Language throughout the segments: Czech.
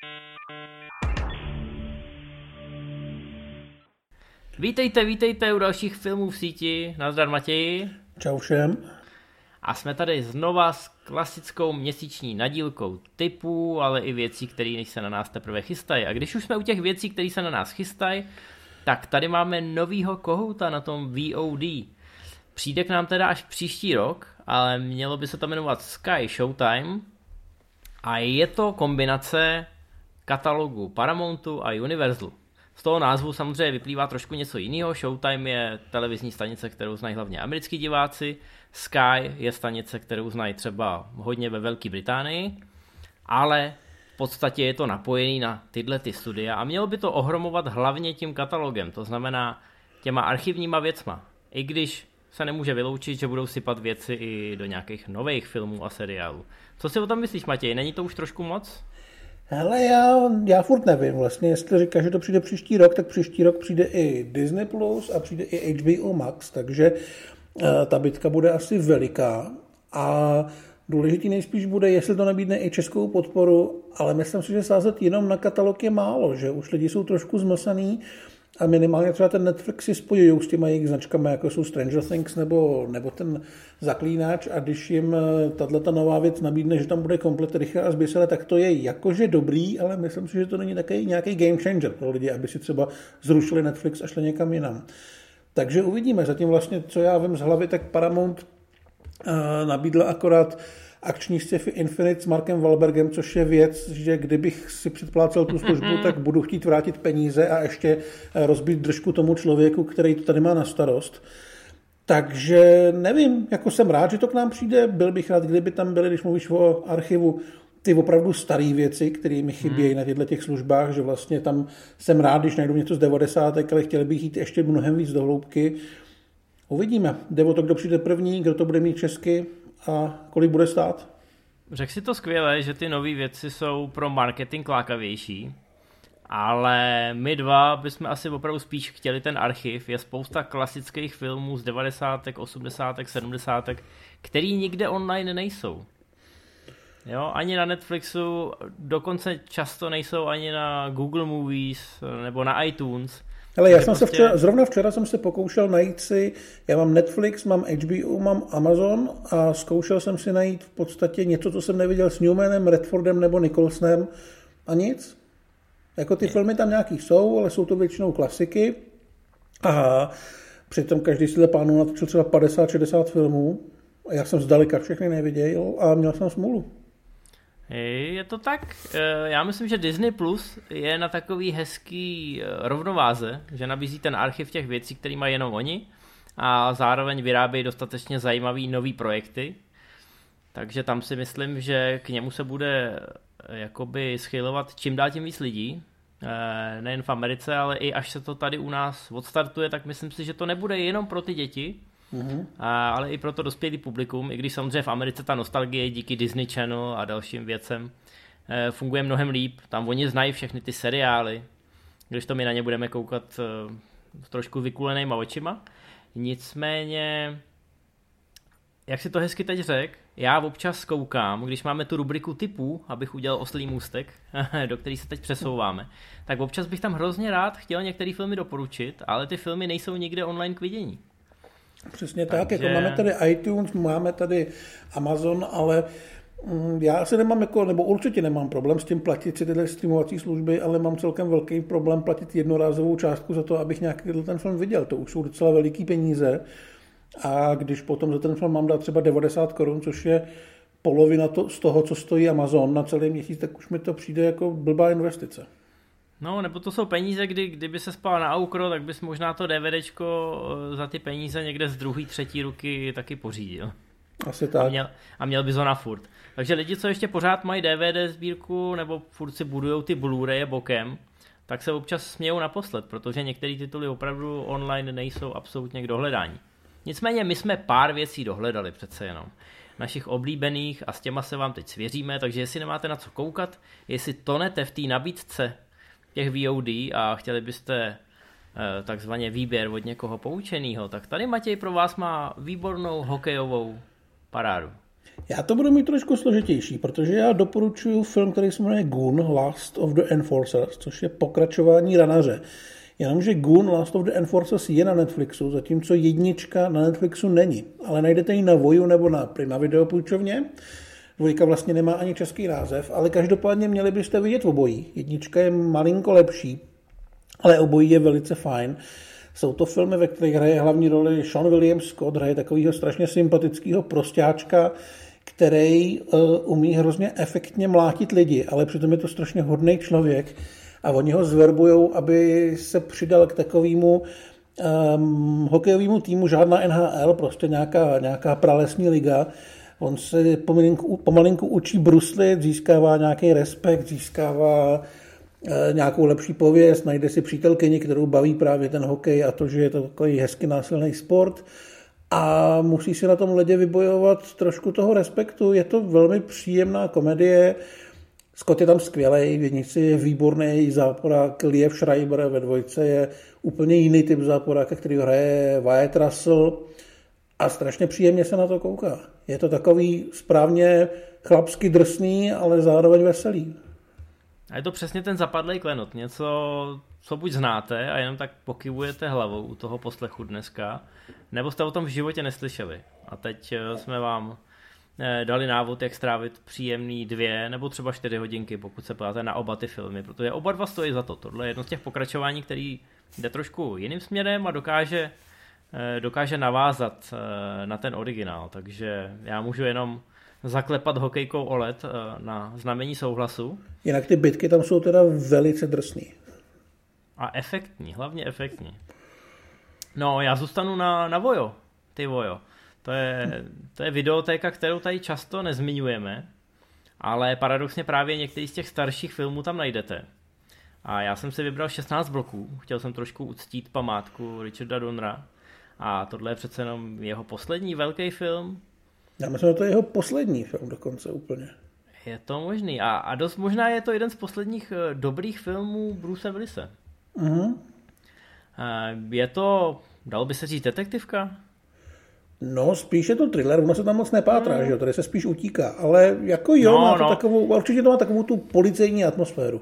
Vítejte u dalších filmů v síti. Nazdar Matěji. Čau všem. A jsme tady znova s klasickou měsíční nadílkou tipů, ale i věcí, které se na nás teprve chystají. A když už jsme u těch věcí, které se na nás chystají, tak tady máme novýho kohouta na tom VOD. Přijde k nám teda až příští rok, ale mělo by se to jmenovat Sky Showtime. A je to kombinace katalogu Paramountu a Universalu. Z toho názvu samozřejmě vyplývá trošku něco jiného. Showtime je televizní stanice, kterou znají hlavně americký diváci. Sky je stanice, kterou znají třeba hodně ve Velké Británii. Ale v podstatě je to napojený na tyhle ty studia a mělo by to ohromovat hlavně tím katalogem, to znamená těma archivníma věcma. I když se nemůže vyloučit, že budou sypat věci i do nějakých nových filmů a seriálů. Co si o tom myslíš, Matěj? Není to už trošku moc? Hele, já furt nevím vlastně, jestli říkáš, že to přijde příští rok, tak příští rok přijde i Disney Plus a přijde i HBO Max, takže ta bitka bude asi veliká a důležitý nejspíš bude, jestli to nabídne i českou podporu, ale myslím si, že sázet jenom na katalog je málo, že už lidi jsou trošku zmlsaný a minimálně třeba ten Netflix si spojují s těma jejich značkami, jako jsou Stranger Things nebo ten Zaklínač a když jim tato nová věc nabídne, že tam bude komplet rychle a zbysele, tak to je jakože dobrý, ale myslím si, že to není takový nějaký game changer pro lidi, aby si třeba zrušili Netflix a šli někam jinam. Takže uvidíme. Zatím vlastně, co já vím z hlavy, tak Paramount nabídl akorát akční sci-fi Infinite s Markem Wahlbergem, což je věc, že kdybych si předplácel tu službu, tak budu chtít vrátit peníze a ještě rozbít držku tomu člověku, který to tady má na starost. Takže nevím, jako jsem rád, že to k nám přijde, byl bych rád, kdyby tam byly, když mluvíš o archivu, ty opravdu staré věci, které mi chybějí na těchto těch službách, že vlastně tam jsem rád, když najdu něco z 90, ale chtěl bych jít ještě mnohem víc do hloubky. Uvidíme. Jde o to, kdo přijde první, kdo to bude mít česky a kolik bude stát. Řekl si to skvěle, že ty nové věci jsou pro marketing lákavější, ale my dva bychom asi opravdu spíš chtěli ten archiv. Je spousta klasických filmů z 90., 80., 70., který nikde online nejsou. Jo, ani na Netflixu, dokonce často nejsou ani na Google Movies nebo na iTunes. Ale já jsem zrovna včera jsem se pokoušel najít si, já mám Netflix, mám HBO, mám Amazon a zkoušel jsem si najít v podstatě něco, co jsem neviděl s Newmanem, Redfordem nebo Nicholsonem a nic. Jako ty filmy tam nějaký jsou, ale jsou to většinou klasiky a přitom každý z těchto pánů natočil třeba 50-60 filmů a já jsem zdaleka všechny neviděl a měl jsem smůlu. Je to tak. Já myslím, že Disney Plus je na takový hezký rovnováze, že nabízí ten archiv těch věcí, který mají jenom oni a zároveň vyrábějí dostatečně zajímavý nový projekty. Takže tam si myslím, že k němu se bude jakoby schylovat čím dál tím víc lidí. Nejen v Americe, ale i až se to tady u nás odstartuje, tak myslím si, že to nebude jenom pro ty děti, ale i pro to dospělý publikum, i když samozřejmě v Americe ta nostalgie díky Disney Channel a dalším věcem funguje mnohem líp. Tam oni znají všechny ty seriály, když to my na ně budeme koukat trošku vykulenýma očima. Nicméně, jak si to hezky teď řekl, já občas koukám, když máme tu rubriku tipů, abych udělal oslý můstek, do který se teď přesouváme, tak občas bych tam hrozně rád chtěl některé filmy doporučit, ale ty filmy nejsou nikde online k vidění. Přesně tak, jako máme tady iTunes, máme tady Amazon, ale já asi nemám nebo určitě nemám problém s tím platit si tyhle streamovací služby, ale mám celkem velký problém platit jednorázovou částku za to, abych nějaký ten film viděl. To už jsou docela veliký peníze a když potom za ten film mám dát třeba 90 korun, což je polovina z toho, co stojí Amazon na celý měsíc, tak už mi to přijde jako blbá investice. No, nebo to jsou peníze, kdyby se spal na aukro, tak bys možná to DVDčko za ty peníze někde z druhé, třetí ruky taky pořídil. Asi tak. A měl bys ho na furt. Takže lidi, co ještě pořád mají DVD sbírku, nebo furt si budujou ty Blu-raye bokem, tak se občas smějou naposled, protože některé tituly opravdu online nejsou absolutně k dohledání. Nicméně my jsme pár věcí dohledali přece jenom. Našich oblíbených a s těma se vám teď svěříme, takže jestli nemáte na co koukat, jestli tonete v té nabídce těch VOD a chtěli byste takzvaně výběr od někoho poučenýho, tak tady Matěj pro vás má výbornou hokejovou parádu. Já to budu mít trošku složitější, protože já doporučuji film, který se jmenuje Goon, Last of the Enforcers, což je pokračování Ranaře. Jenomže Goon, Last of the Enforcers je na Netflixu, zatímco jednička na Netflixu není. Ale najdete ji na Voju nebo na Prima videopůjčovně. Dvojka vlastně nemá ani český název, ale každopádně měli byste vidět obojí. Jednička je malinko lepší, ale obojí je velice fajn. Jsou to filmy, ve kterých hraje hlavní roli Sean William Scott, hraje takového strašně sympatického prostáčka, který umí hrozně efektně mlátit lidi, ale přitom je to strašně hodný člověk a oni ho zverbujou, aby se přidal k takovému hokejovému týmu, žádná NHL, prostě nějaká pralesní liga. On se pomalinku učí bruslit, získává nějaký respekt, získává nějakou lepší pověst, najde si přítelkyni, kterou baví právě ten hokej a to, že je to takový hezky násilný sport a musí si na tom ledě vybojovat trošku toho respektu. Je to velmi příjemná komedie, Scott je tam skvělej, v jedničce je výborný záporák Liev Schreiber, ve dvojce je úplně jiný typ záporáka, který hraje Wyatt Russell a strašně příjemně se na to kouká. Je to takový správně chlapsky drsný, ale zároveň veselý. A je to přesně ten zapadlej klenot, něco, co buď znáte a jenom tak pokyvujete hlavou u toho poslechu dneska, nebo jste o tom v životě neslyšeli. A teď jsme vám dali návod, jak strávit příjemný 2 nebo třeba 4 hodinky, pokud se podíváte na oba ty filmy, protože oba dva stojí za to. Tohle je jedno z těch pokračování, který jde trošku jiným směrem a dokáže navázat na ten originál, takže já můžu jenom zaklepat hokejkou o led na znamení souhlasu. Jinak ty bitky tam jsou teda velice drsný. A efektní, hlavně efektní. No, já zůstanu na Vojo. Ty Vojo. To je videotéka, kterou tady často nezmiňujeme, ale paradoxně právě některý z těch starších filmů tam najdete. A já jsem si vybral 16 bloků, chtěl jsem trošku uctít památku Richarda Donnera a tohle je přece jenom jeho poslední velký film. Já myslím, že to je jeho poslední film dokonce úplně. Je to možný a dost možná je to jeden z posledních dobrých filmů Bruce Willise. Uh-huh. Je to, dalo by se říct, detektivka? No, spíš je to thriller, ono se tam moc nepátrá, že jo, tady se spíš utíká, ale jako jo, má to takovou, určitě to má takovou tu policejní atmosféru.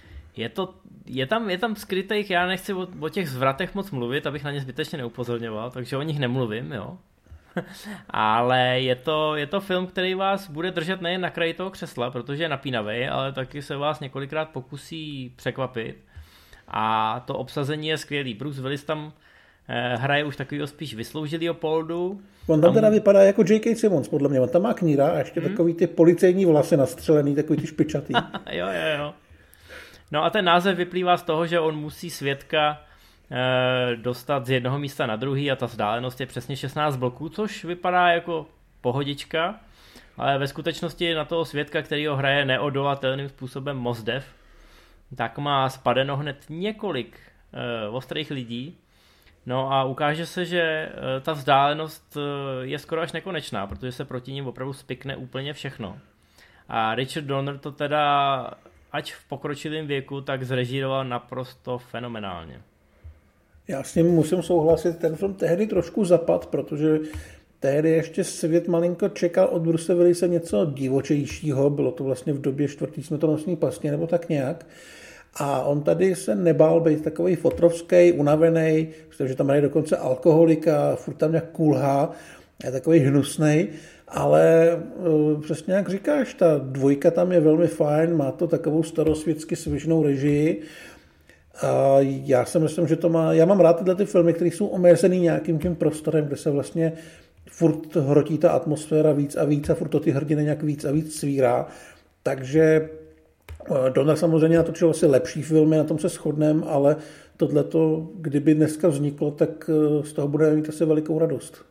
Je tam skrytých, já nechci o těch zvratech moc mluvit, abych na ně zbytečně neupozorňoval, takže o nich nemluvím, jo. Ale je to film, který vás bude držet nejen na kraji toho křesla, protože je napínavý, ale taky se vás několikrát pokusí překvapit. A to obsazení je skvělý. Bruce Willis tam hraje už takovýho spíš vysloužilýho poldu. On tam teda vypadá jako J.K. Simmons, podle mě. On tam má kníra a ještě takový ty policejní vlasy nastřelený, takový ty špičatý. jo. No a ten název vyplývá z toho, že on musí svědka dostat z jednoho místa na druhý a ta vzdálenost je přesně 16 bloků, což vypadá jako pohodička, ale ve skutečnosti na toho svědka, který ho hraje neodolatelným způsobem Mos Def, tak má spadeno hned několik ostrých lidí. No a ukáže se, že ta vzdálenost je skoro až nekonečná, protože se proti ním opravdu spikne úplně všechno. A Richard Donner to teda, ať v pokročilém věku, tak zrežíroval naprosto fenomenálně. Já s ním musím souhlasit, ten film tehdy trošku zapad, protože tehdy ještě svět malinko čekal od Bruce Willise něco divočejšího, bylo to vlastně v době 4. smrtonosné pastě nebo tak nějak. A on tady se nebál být takový fotrovský, unavený, protože tam je dokonce alkoholika, furt tam nějak kulhá, je takový hnusnej, ale přesně jak říkáš, ta dvojka tam je velmi fajn, má to takovou starosvětsky svěžnou režii. A já si myslím, že já mám rád tyhle ty filmy, které jsou omezený nějakým tím prostorem, kde se vlastně furt hrotí ta atmosféra víc a víc a furt to ty hrdiny nějak víc a víc svírá. Takže Donner samozřejmě natočil asi lepší filmy, na tom se shodneme, ale tohleto, kdyby dneska vzniklo, tak z toho bude mít asi velikou radost.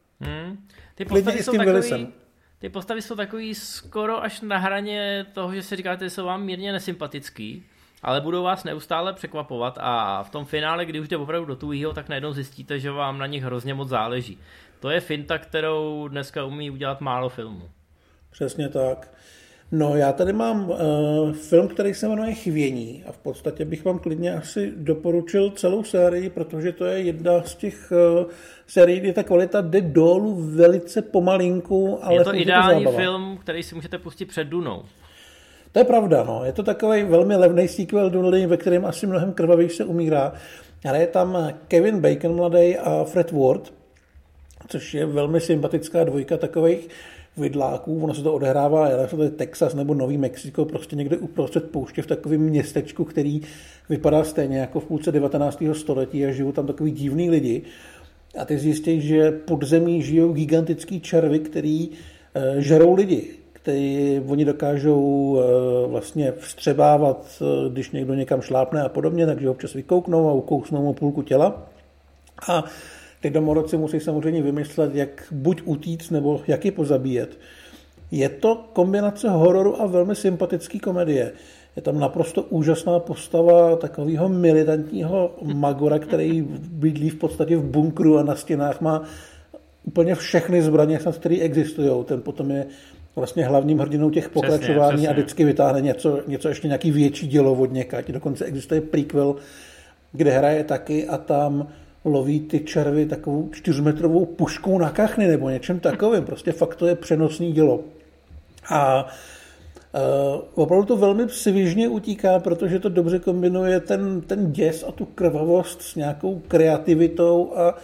Ty postavy jsou takový skoro až na hraně toho, že si říkáte, že jsou vám mírně nesympatický, ale budou vás neustále překvapovat a v tom finále, kdy už jde opravdu do tuhýho, tak najednou zjistíte, že vám na nich hrozně moc záleží. To je finta, kterou dneska umí udělat málo filmů. Přesně tak. No, já tady mám film, který se jmenuje Chvění a v podstatě bych vám klidně asi doporučil celou sérii, protože to je jedna z těch sérií, kdy ta kvalita jde dolů velice pomalinku, ale je to ideální film, který si můžete pustit před Dunou. To je pravda, no. Je to takový velmi levný sequel Duny, ve kterém asi mnohem krvavější se umírá. Ale je tam Kevin Bacon mladý a Fred Ward, což je velmi sympatická dvojka takových vidláků. Ono se to odehrává, jestli to je Texas nebo Nový Mexiko, prostě někde uprostřed pouště v takovém městečku, který vypadá stejně jako v půlce 19. století a žijou tam takový divný lidi. A ty zjistíš, že pod zemí žijou gigantický červy, který žerou lidi. Který oni dokážou vlastně vstřebávat, když někdo někam šlápne a podobně, takže občas vykouknou a ukousnou mu půlku těla. A ty domorodci musí samozřejmě vymyslet, jak buď utíct, nebo jak je pozabíjet. Je to kombinace hororu a velmi sympatický komedie. Je tam naprosto úžasná postava takového militantního magora, který bydlí v podstatě v bunkru a na stěnách má úplně všechny zbraně, které existují. Ten potom je vlastně hlavním hrdinou těch pokračování přesně. A vždycky vytáhne něco ještě nějaký větší dělo od někať. Dokonce existuje prequel, kde hraje taky a tam loví ty červy takovou 4metrovou puškou na kachny nebo něčem takovým. Prostě fakt to je přenosný dělo. A opravdu to velmi svižně utíká, protože to dobře kombinuje ten děs a tu krvavost s nějakou kreativitou a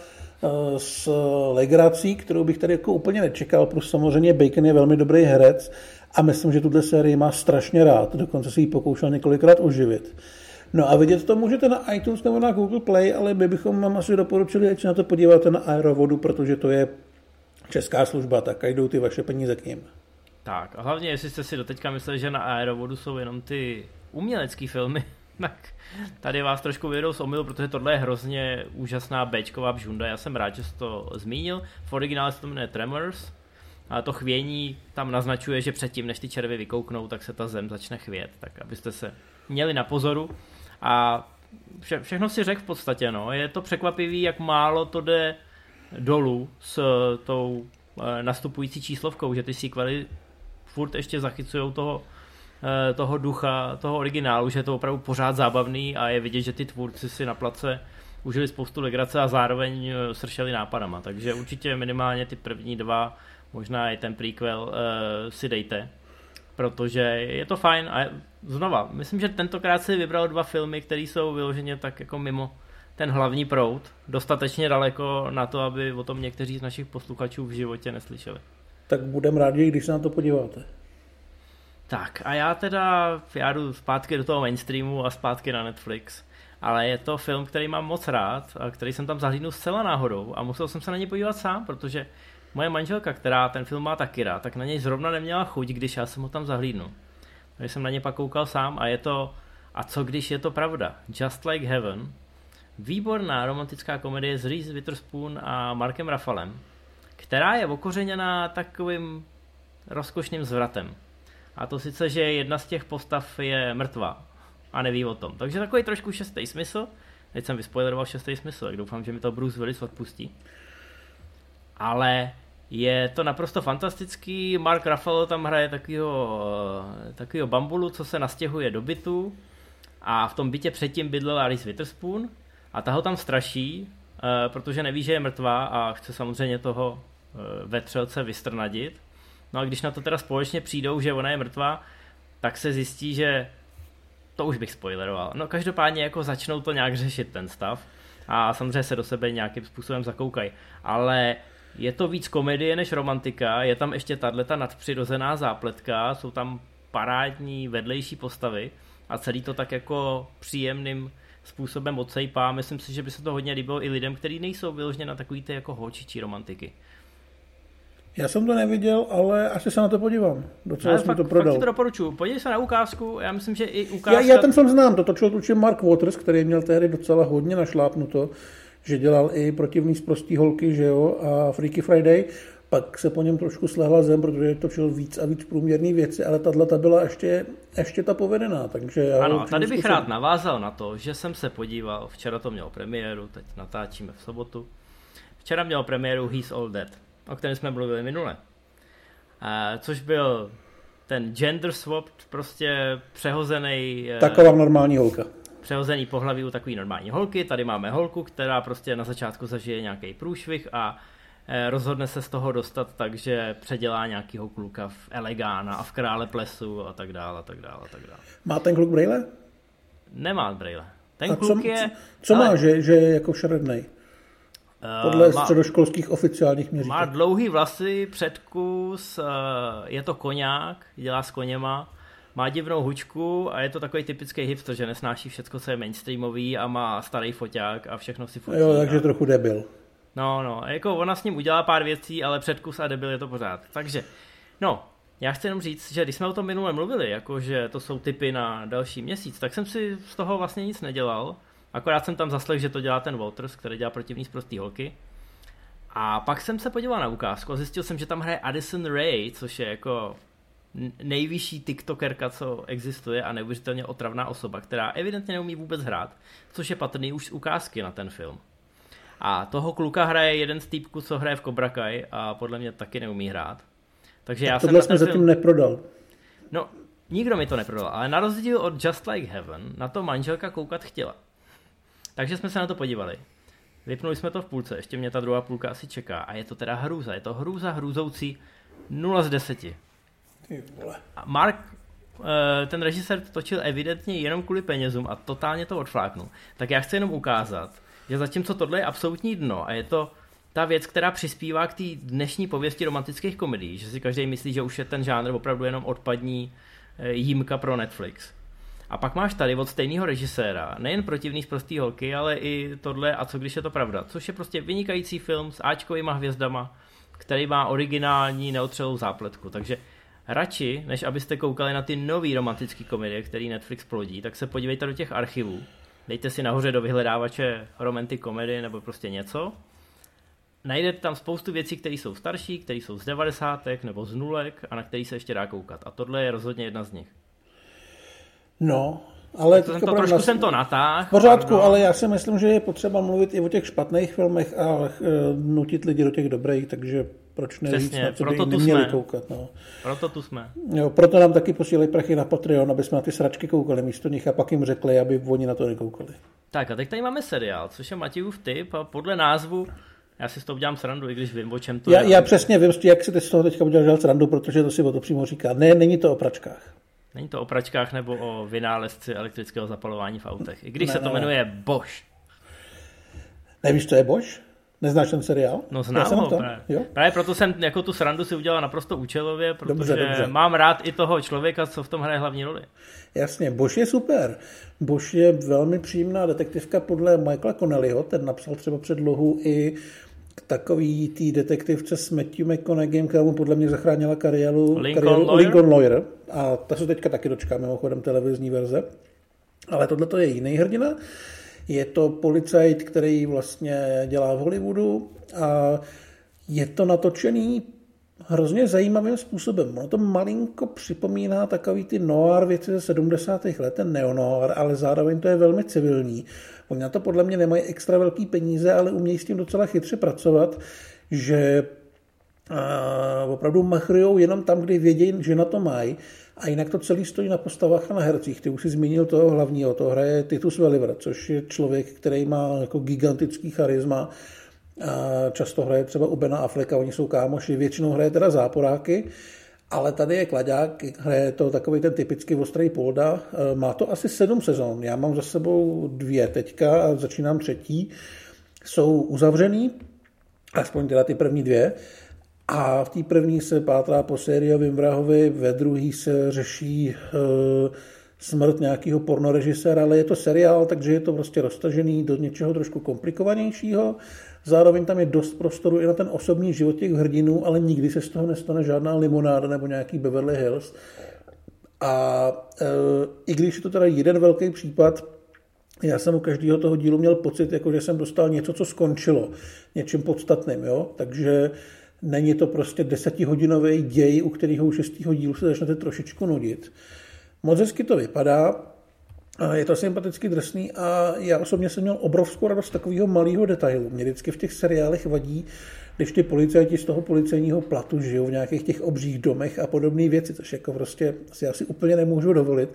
s legrací, kterou bych tady jako úplně nečekal, plus samozřejmě Bacon je velmi dobrý herec a myslím, že tuhle sérii má strašně rád, dokonce si ji pokoušel několikrát oživit. No a vidět to můžete na iTunes nebo na Google Play, ale my bychom vám asi doporučili, ať se na to podíváte na Aerovodu, protože to je česká služba, tak jdou ty vaše peníze k ním. Tak a hlavně, jestli jste si doteďka mysleli, že na Aerovodu jsou jenom ty umělecký filmy, tak tady vás trošku vyjedou z omylu, protože tohle je hrozně úžasná béčková bžunda. Já jsem rád, že jsi to zmínil. V originále se to jmenuje Tremors. A to chvění tam naznačuje, že předtím, než ty červy vykouknou, tak se ta zem začne chvět. Tak abyste se měli na pozoru. A všechno si řekl v podstatě. No. Je to překvapivý, jak málo to jde dolů s tou nastupující číslovkou, že ty sequely furt ještě zachycují toho ducha, toho originálu, že je to opravdu pořád zábavný a je vidět, že ty tvůrci si na place užili spoustu legrace a zároveň sršeli nápadama, takže určitě minimálně ty první dva, možná i ten prequel si dejte, protože je to fajn a znova, myslím, že tentokrát si vybral dva filmy, které jsou vyloženě tak jako mimo ten hlavní proud, dostatečně daleko na to, aby o tom někteří z našich posluchačů v životě neslyšeli. Tak budem rádi, když se na to podíváte. Tak a já jdu zpátky do toho mainstreamu a zpátky na Netflix, ale je to film, který mám moc rád a který jsem tam zahlídnul zcela náhodou a musel jsem se na něj podívat sám, protože moje manželka, která ten film má taky rád, tak na něj zrovna neměla chuť, když já jsem ho tam zahlídnul. Takže jsem na něj pak koukal sám a je to, a co když je to pravda, Just Like Heaven, výborná romantická komedie s Reese Witherspoon a Markem Ruffalem, která je okořeněná takovým rozkošným zvratem. A to sice, že jedna z těch postav je mrtvá a neví o tom. Takže takový trošku šestý smysl. Teď jsem vyspoileroval šestý smysl, tak doufám, že mi to Bruce Willis odpustí. Ale je to naprosto fantastický. Mark Ruffalo tam hraje takovýho bambulu, co se nastěhuje do bytu. A v tom bytě předtím bydlela Reese Witherspoon. A ta ho tam straší, protože neví, že je mrtvá a chce samozřejmě toho vetřelce vystrnadit. No a když na to teda společně přijdou, že ona je mrtvá, tak se zjistí, že to už bych spoileroval. No každopádně jako začnou to nějak řešit ten stav a samozřejmě se do sebe nějakým způsobem zakoukají. Ale je to víc komedie než romantika, je tam ještě tato nadpřirozená zápletka, jsou tam parádní vedlejší postavy a celý to tak jako příjemným způsobem odsejpá. Myslím si, že by se to hodně líbilo i lidem, kteří nejsou vyloženě na takový ty jako holčičí romantiky. Já jsem to neviděl, ale asi se na to podívám. Docela jsem to prodal. Fakt ti to doporučuji. Podívej se na ukázku, já myslím, že i ukázka... Já ten film znám, to točil určitě Mark Waters, který měl tehdy docela hodně našlápnuto, že dělal i Protivný z prostý holky, že jo, a Freaky Friday. Pak se po něm trošku slehla zem, protože točil víc a víc průměrný věci, ale tato byla ještě ta povedená. Takže ano, tady bych rád navázal na to, že jsem se podíval, včera to mělo premiéru, teď natáčíme v sobotu. Včera měl premiéru He's All Dead, o kterém jsme mluvili minule. Což byl ten gender swap, prostě přehozený... Taková normální holka. Přehozený pohlaví u takový normální holky. Tady máme holku, která prostě na začátku zažije nějaký průšvih a rozhodne se z toho dostat, takže předělá nějakýho kluka v Elegána a v Krále plesu a tak dále, a tak dále, a tak dále. Má ten kluk brejle? Nemá brejle. Ten kluk je... Co má, že je jako šerednej? Podle středoškolských oficiálních měřítek. Má dlouhý vlasy, předkus, je to koňák, dělá s koněma, má divnou hučku a je to takový typický hipster, že nesnáší všecko, co je mainstreamový a má starý foťák a všechno si fotí. Jo, takže trochu debil. No, jako ona s ním udělá pár věcí, ale předkus a debil je to pořád. Takže, já chci jenom říct, že když jsme o tom minule mluvili, jakože to jsou tipy na další měsíc, tak jsem si z toho vlastně nic nedělal. Akorát jsem tam zaslechl, že to dělá ten Walters, který dělá Protivný z prostý holky. A pak jsem se podíval na ukázku a zjistil jsem, že tam hraje Addison Rae, což je jako nejvyšší tiktokerka, co existuje a neuvěřitelně otravná osoba, která evidentně neumí vůbec hrát, což je patrný už z ukázky na ten film. A toho kluka hraje jeden z týpků, co hraje v Cobra Kai a podle mě taky neumí hrát. Takže já tohle jsem zatím neprodal. No, nikdo mi to neprodal, ale na rozdíl od Just Like Heaven na to manželka koukat chtěla. Takže jsme se na to podívali. Vypnuli jsme to v půlce, ještě mě ta druhá půlka asi čeká. A je to teda hrůza, je to hrůzoucí 0 z 10. A Mark, ten režisér to točil evidentně jenom kvůli penězům a totálně to odfláknul. Tak já chci jenom ukázat, že zatímco tohle je absolutní dno a je to ta věc, která přispívá k té dnešní pověsti romantických komedií, že si každý myslí, že už je ten žánr opravdu jenom odpadní jímka pro Netflix. A pak máš tady od stejného režiséra, nejen Protivný z prostý holky, ale i tohle A co když je to pravda, což je prostě vynikající film s áčkovýma hvězdama, který má originální neotřelou zápletku. Takže radši, než abyste koukali na ty nový romantické komedie, který Netflix plodí, tak se podívejte do těch archivů. Dejte si nahoře do vyhledávače romantic komedie nebo prostě něco. Najdete tam spoustu věcí, které jsou starší, které jsou z 90. nebo z nulek a na který se ještě dá koukat. A tohle je rozhodně jedna z nich. No, ale... Trošku jsem to natáhl. V pořádku, ale já si myslím, že je potřeba mluvit i o těch špatných filmech a nutit lidi do těch dobrých, takže proč ne říct, na co by neměli koukat. No. Proto tu jsme. Jo, proto nám taky posílají prachy na Patreon, aby jsme na ty sračky koukali místo nich a pak jim řekli, aby oni na to nekoukali. Tak a teď tady máme seriál, což je Matějův tip a podle názvu já si z toho udělám srandu, i když vím, o čem to je. Já přesně vím, jak si z toho teďka udělal srandu, protože to si o to přímo říká. Ne, není to o pračkách. Není to o pračkách nebo o vynálezci elektrického zapalování v autech. I když se to jmenuje Bosch. Nevíš, co je Bosch? Neznáš ten seriál? No znám ho, právě proto jsem jako tu srandu si udělal naprosto účelově, protože dobře. Mám rád i toho člověka, co v tom hraje hlavní roli. Jasně, Bosch je super. Bosch je velmi příjemná detektivka podle Michaela Connellyho, ten napsal třeba předlohu i takový tý detektivce s Matthew McConaugheyem, která mu podle mě zachránila kariéru Lincoln Lawyer. A ta se teďka taky dočká mimochodem televizní verze. Ale tohle to je jiný hrdina. Je to policajt, který vlastně dělá v Hollywoodu a je to natočený hrozně zajímavým způsobem. Ono to malinko připomíná takový ty noir věci ze 70. let, ten neonoir, ale zároveň to je velmi civilní. Oni na to podle mě nemají extra velký peníze, ale umějí s tím docela chytře pracovat, že opravdu machrujou jenom tam, kde vědějí, že na to mají. A jinak to celý stojí na postavách a na hercích. Ty už si zmínil toho hlavního, to hraje Titus Welliver, což je člověk, který má jako gigantický charisma. A často hraje třeba u Bena Afflecka, oni jsou kámoši, většinou hraje teda záporáky, ale tady je klaďák, hraje to takový ten typický ostrý polda. Má to asi 7 sezon, já mám za sebou 2 teďka a začínám 3. Jsou uzavřený, aspoň teda ty první 2. A v té první se pátrá po sériovém vrahovi, ve druhé se řeší smrt nějakého pornorežiséra, ale je to seriál, takže je to prostě roztažený do něčeho trošku komplikovanějšího. Zároveň tam je dost prostoru i na ten osobní život těch hrdinů, ale nikdy se z toho nestane žádná limonáda nebo nějaký Beverly Hills. A i když je to teda jeden velký případ, já jsem u každého toho dílu měl pocit, jako že jsem dostal něco, co skončilo něčím podstatným, jo? Takže není to prostě 10hodinový děj, u kterého u 6. dílu se začnete trošičku nudit. Moc hezky to vypadá. Je to sympaticky drsný a já osobně jsem měl obrovskou radost takového malého detailu. Mě vždycky v těch seriálech vadí, když ty policajti z toho policejního platu žijou v nějakých těch obřích domech a podobné věci, což jako prostě si asi úplně nemůžu dovolit.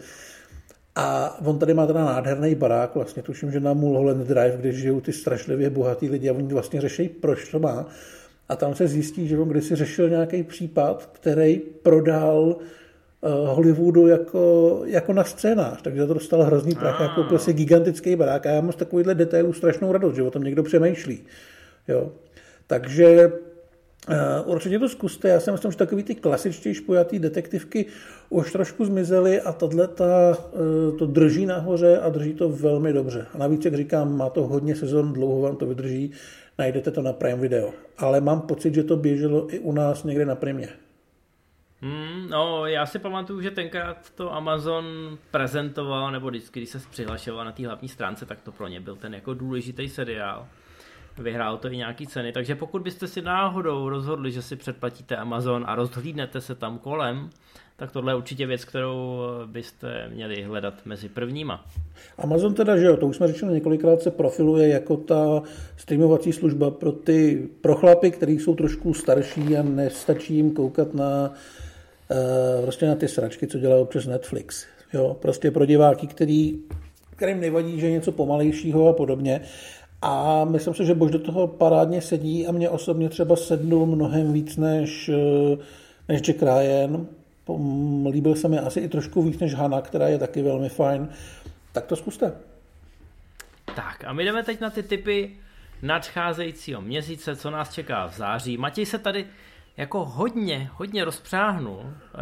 A on tady má teda nádherný barák, vlastně tuším, že na Mulholland Drive, kde žijou ty strašlivě bohatý lidi a oni vlastně řeší, proč to má. A tam se zjistí, že on kdysi řešil nějaký případ, který prodal Hollywoodu jako na scénář, takže za to dostal hrozný prach, jako prostě gigantický barák a já mám z takovýchhle detailů strašnou radost, že o tom někdo přemýšlí. Jo. Takže určitě to zkuste, já si myslím, že takový ty klasičtější pojatý detektivky už trošku zmizely a to drží nahoře a drží to velmi dobře. A navíc, jak říkám, má to hodně sezon, dlouho vám to vydrží, najdete to na Prime Video. Ale mám pocit, že to běželo i u nás někde na Primě. No, já si pamatuju, že tenkrát to Amazon prezentoval, nebo vždycky, když se přihlašoval na té hlavní stránce, tak to pro ně byl ten jako důležitý seriál. Vyhrál to i nějaký ceny, takže pokud byste si náhodou rozhodli, že si předplatíte Amazon a rozhlídnete se tam kolem, tak tohle je určitě věc, kterou byste měli hledat mezi prvníma. Amazon teda, že jo, to už jsme řečili několikrát, se profiluje jako ta streamovací služba pro chlapy, kteří jsou trošku starší a nestačí jim koukat na ty sračky, co dělá občas Netflix. Jo, prostě pro diváky, kterým nevadí, že je něco pomalejšího a podobně. A myslím si, že Bož do toho parádně sedí a mě osobně třeba sednul mnohem víc než Jack Ryan. Líbil se mi asi i trošku víc než Hannah, která je taky velmi fajn. Tak to zkuste. Tak a my jdeme teď na ty typy nadcházejícího měsíce, co nás čeká v září. Matěj se tady jako hodně rozpřáhnul.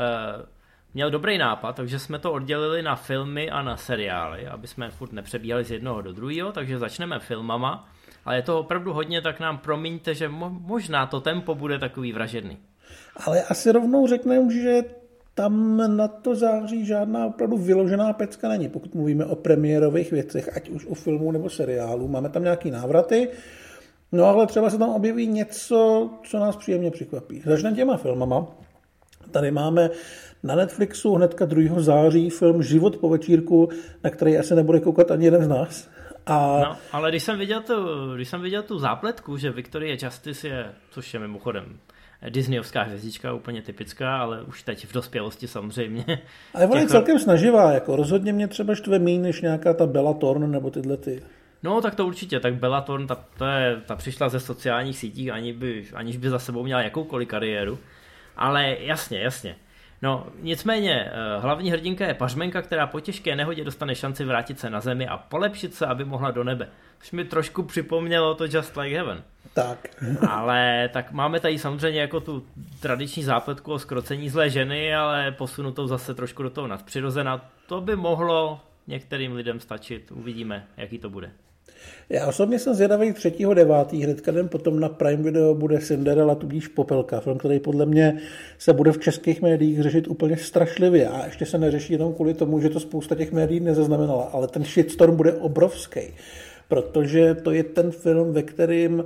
Měl dobrý nápad, takže jsme to oddělili na filmy a na seriály, aby jsme furt nepřebíhali z jednoho do druhého, takže začneme filmama, ale je to opravdu hodně, tak nám promiňte, že možná to tempo bude takový vražedný. Ale asi rovnou řekneme, že tam na to září žádná opravdu vyložená pecka není, pokud mluvíme o premiérových věcech, ať už o filmu nebo seriálu. Máme tam nějaký návraty, no ale třeba se tam objeví něco, co nás příjemně překvapí. Začneme těma filmama. Tady máme na Netflixu hnedka 2. září film Život po večírku, na který asi nebude koukat ani jeden z nás. No, ale když jsem viděl tu zápletku, že Victoria Justice je, což je mimochodem disneyovská hvězdička, úplně typická, ale už teď v dospělosti samozřejmě. Ale ona je celkem snaživá, jako rozhodně mě třeba štve méně než nějaká ta Bella Thorne nebo tyhle ty. No tak to určitě, tak Bella Thorne, ta přišla ze sociálních sítích, aniž by za sebou měla jakoukoliv kariéru. Ale jasně. No, nicméně, hlavní hrdinka je pařmenka, která po těžké nehodě dostane šanci vrátit se na zemi a polepšit se, aby mohla do nebe. Což mi trošku připomnělo to Just Like Heaven. Tak. Ale tak máme tady samozřejmě jako tu tradiční zápletku o zkrocení zlé ženy, ale posunutou zase trošku do toho nadpřirozena. To by mohlo některým lidem stačit. Uvidíme, jaký to bude. Já osobně jsem zvědavý 3.9. hnedka den potom na Prime Video bude Cinderella, tudíž Popelka, film, který podle mě se bude v českých médiích řešit úplně strašlivě a ještě se neřeší jenom kvůli tomu, že to spousta těch médií nezaznamenala, ale ten shitstorm bude obrovský, protože to je ten film, ve kterém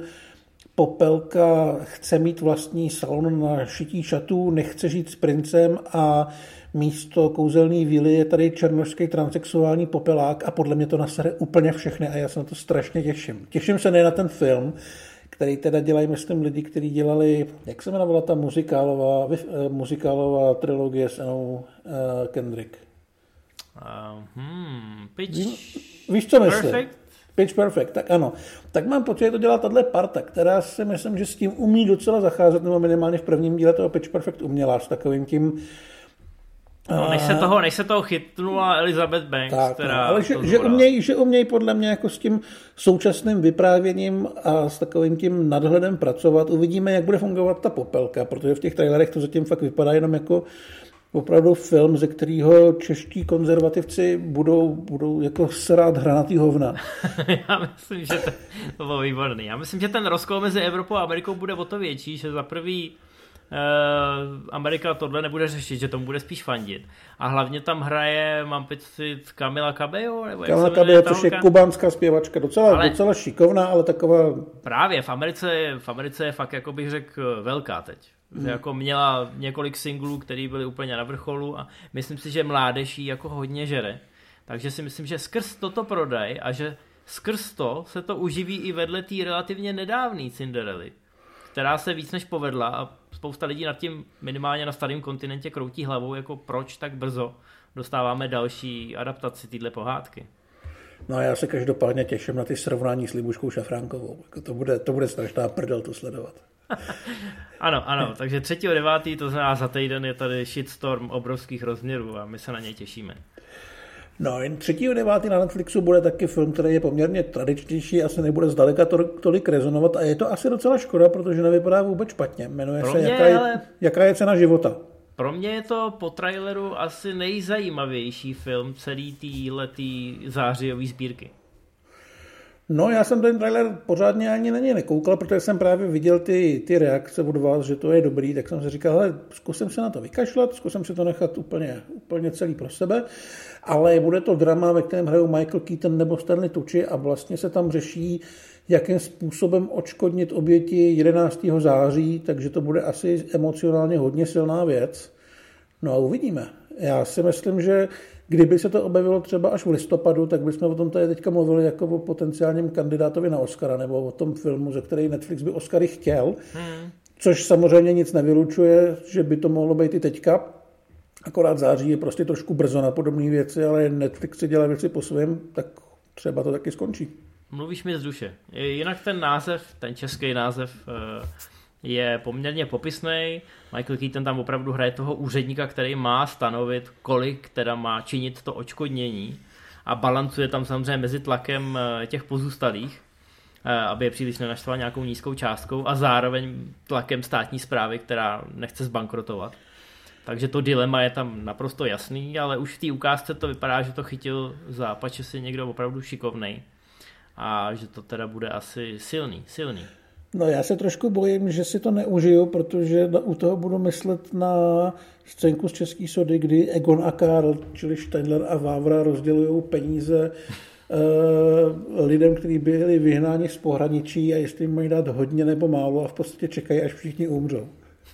Popelka chce mít vlastní salon na šití šatů, nechce žít s princem a místo kouzelný víly je tady černošský transsexuální popelák a podle mě to nasere úplně všechny a já se na to strašně těším. Těším se ne na ten film, který teda dělají, myslím, lidi, kteří dělali, jak se jmenovala ta muzikálová trilogie s Annou Kendrick. Víš, co myslím? Perfect? Pitch Perfect, tak ano. Tak mám pocit, že to dělá tahle parta, která si myslím, že s tím umí docela zacházet, nebo minimálně v prvním díle toho Pitch Perfect uměla s takovým tím. No, než se toho chytnula Elizabeth Banks, tak, která... No, ale že umějí podle mě jako s tím současným vyprávěním a s takovým tím nadhledem pracovat. Uvidíme, jak bude fungovat ta Popelka, protože v těch trailerech to zatím fakt vypadá jenom jako opravdu film, ze kterého čeští konzervativci budou jako srát hranatý hovna. Já myslím, že to bylo výborný. Já myslím, že ten rozkol mezi Evropou a Amerikou bude o to větší, že za prvý Amerika tohle nebude řešit, že tomu bude spíš fandit. A hlavně tam hraje, mám pocit, Camila Cabello? Camila Cabello, což je kubánská zpěvačka, docela šikovná, ale taková... Právě, v Americe je fakt, jako bych řekl, velká teď. Jako měla několik singlů, které byly úplně na vrcholu a myslím si, že mládež jí jako hodně žere. Takže si myslím, že skrz toto prodej a že skrz to se to uživí i vedle té relativně nedávné Cinderelly, která se víc než povedla a spousta lidí nad tím minimálně na starém kontinentě kroutí hlavou, jako proč tak brzo dostáváme další adaptaci téhle pohádky. No a já se každopádně těším na ty srovnání s Libuškou Šafránkovou. To bude strašná prdel to sledovat. Ano, takže 3.9. to znamená za týden je tady shitstorm obrovských rozměrů a my se na něj těšíme. No, 3.9. na Netflixu bude taky film, který je poměrně tradičnější, asi nebude zdaleka tolik rezonovat a je to asi docela škoda, protože nevypadá vůbec špatně. Jmenuje se Jaká je cena života. Pro mě je to po traileru asi nejzajímavější film celý téhletý zářijový sbírky. No, já jsem ten trailer pořádně ani na něj nekoukal, protože jsem právě viděl ty reakce od vás, že to je dobrý, tak jsem si říkal, hele, zkusím se na to vykašlat, zkusím si to nechat úplně celý pro sebe, ale bude to drama, ve kterém hrajou Michael Keaton nebo Stanley Tucci a vlastně se tam řeší, jakým způsobem odškodnit oběti 11. září, takže to bude asi emocionálně hodně silná věc. No a uvidíme. Já si myslím, že kdyby se to objevilo třeba až v listopadu, tak bychom o tom tady teďka mluvili jako o potenciálním kandidátovi na Oscara nebo o tom filmu, ze který Netflix by Oscary chtěl, což samozřejmě nic nevylučuje, že by to mohlo být i teďka. Akorát září je prostě trošku brzo na podobné věci, ale Netflix si dělá věci po svém, tak třeba to taky skončí. Mluvíš mi z duše. Jinak ten název, ten český název je poměrně popisný. Michael Keaton tam opravdu hraje toho úředníka, který má stanovit, kolik teda má činit to odškodnění a balancuje tam samozřejmě mezi tlakem těch pozůstalých, aby je příliš nenaštval nějakou nízkou částkou a zároveň tlakem státní správy, která nechce zbankrotovat. Takže to dilema je tam naprosto jasný, ale už v té ukázce to vypadá, že to chytil za pače si někdo opravdu šikovnej a že to teda bude asi silný. No já se trošku bojím, že si to neužiju, protože u toho budu myslet na scénku z Český sody, kdy Egon a Karl, čili Steindler a Vávra, rozdělují peníze lidem, kteří byli vyhnáni z pohraničí a jestli jim mají dát hodně nebo málo a v podstatě čekají, až všichni umřou.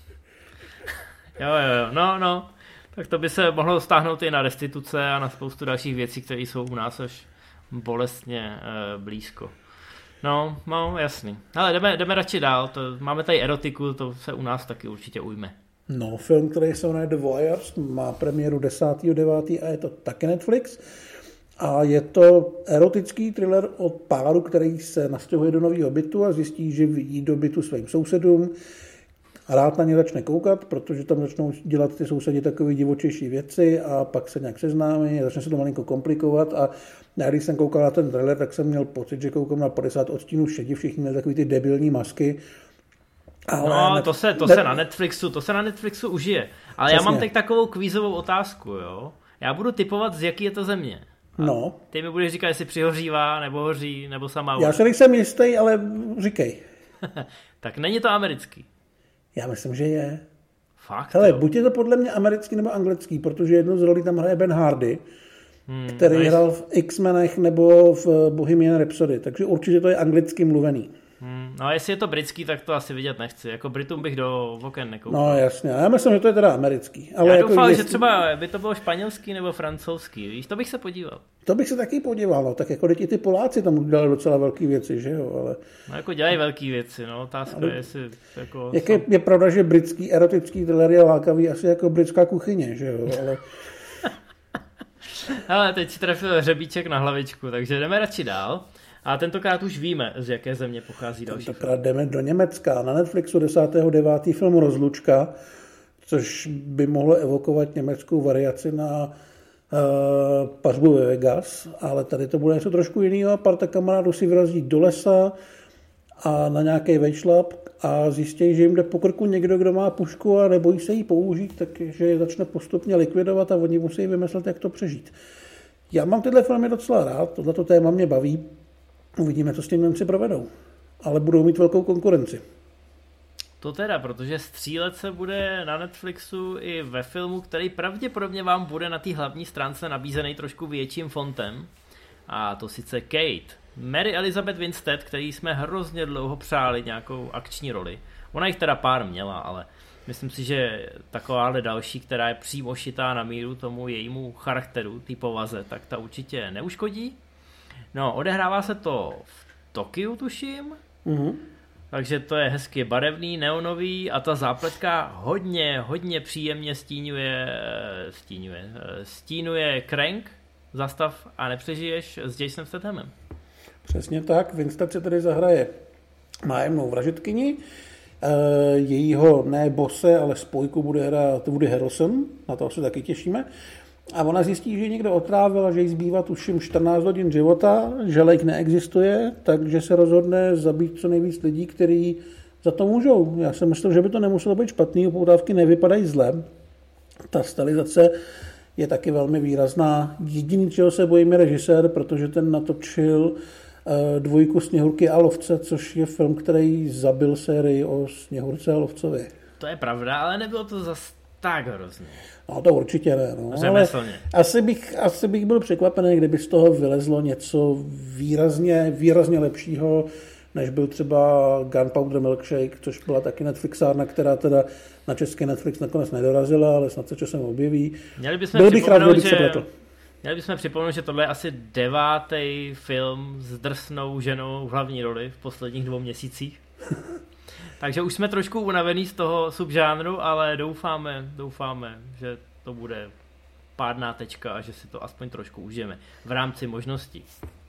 Jo, no, tak to by se mohlo stáhnout i na restituce a na spoustu dalších věcí, které jsou u nás až bolestně blízko. No, jasný. Ale jdeme radši dál, máme tady erotiku, to se u nás taky určitě ujme. No, film, který se jmenuje The Voyeurs, má premiéru 10.9. a je to taky Netflix. A je to erotický thriller od páru, který se nastěhuje do nového bytu a zjistí, že vidí do bytu svým sousedům. Rád na ně začne koukat, protože tam začnou dělat ty sousedi takové divočejší věci a pak se nějak seznámí, začne se to malinko komplikovat a já když jsem koukal na ten trailer, tak jsem měl pocit, že koukám na 50 odstínů šedi, všichni měli takový ty debilní masky. Ale no, to se na Netflixu užije. Ale přesně. Já mám teď takovou kvízovou otázku, jo. Já budu tipovat, z jaký je to země. No. Ty mi budeš říkat, jestli přihořívá, nebo hoří, nebo sama. Já se nejsem jistý, ale říkej. Tak není to americký. Já myslím, že je. Fakt, hele, buď je to podle mě americký nebo anglický, protože jednu z rolí tam hraje Ben Hardy, který hrál v X-Menech nebo v Bohemian Rhapsody, takže určitě to je anglicky mluvený. No a jestli je to britský, tak to asi vidět nechci. Jako Britům bych do oken nekoukal. No jasně, já myslím, že to je teda americký. Ale já jako doufám, že třeba by to bylo španělský nebo francouzský, víš, to bych se podíval. To bych se taky podíval, no, tak jako i ty Poláci tam udělali docela velké věci, že jo, ale... No jako dělají velké věci, no, otázka je, jestli jako... Je pravda, že britský erotický thriller je lákavý asi jako britská kuchyně, že jo, ale... Hele, teď si trefil hřebíček na hlavičku, takže jdeme radši dál. A tentokrát už víme, z jaké země pochází další. Tentokrát jdeme do Německa. Na Netflixu 10.9. film Rozlučka, což by mohlo evokovat německou variaci na Pařbu ve Vegas, ale tady to bude něco trošku jiného. Parta kamarádů si vyrazí do lesa a na nějaký vejšlap a zjistí, že jim jde po krku někdo, kdo má pušku a nebojí se jí použít, takže je začne postupně likvidovat a oni musí vymyslet, jak to přežít. Já mám tyhle filmy docela rád, tohleto téma mě baví. Uvidíme, co s tím Němci provedou. Ale budou mít velkou konkurenci. To teda, protože Střílec se bude na Netflixu i ve filmu, který pravděpodobně vám bude na té hlavní stránce nabízený trošku větším fontem. A to sice Kate. Mary Elizabeth Winstead, který jsme hrozně dlouho přáli nějakou akční roli. Ona jich teda pár měla, ale Myslím si, že takováhle další, která je přímo šitá na míru tomu jejímu charakteru, té povaze, tak ta určitě neuškodí. No, odehrává se to v Tokiu, tuším. Takže to je hezky barevný, neonový a ta zápletka hodně příjemně stínuje Crank, Zastav a nepřežiješ s Jasonem Stathamem. Přesně tak, Winston se tady zahraje nájemnou vražedkyni, jejího ne bose, ale spojku bude hrát Woody Harrelson, na to se taky těšíme. A ona zjistí, že někdo otrávil a že jí zbývá tuším 14 hodin života, že lék neexistuje, takže se rozhodne zabít co nejvíc lidí, kteří za to můžou. Já si myslím, že by to nemuselo být špatný, upoutávky nevypadají zle. Ta stylizace je taky velmi výrazná. Jediný, čeho se bojím, je režisér, protože ten natočil dvojku Sněhurky a lovce, což je film, který zabil sérii o Sněhurce a lovcovi. To je pravda, ale nebylo to zas tak hrozně. No to určitě ne. No. Ale asi bych byl překvapený, kdyby z toho vylezlo něco výrazně lepšího, než byl třeba Gunpowder Milkshake, což byla taky Netflixárna, která teda na český Netflix nakonec nedorazila, ale snad se časem objeví. Byl bych rád, kdybych se pletl. Měli bychom připomenout, že tohle je asi 9. film s drsnou ženou v hlavní roli v posledních 2 měsících. Takže už jsme trošku unavený z toho subžánru, ale doufáme, že to bude pádná tečka a že si to aspoň trošku užijeme v rámci možností.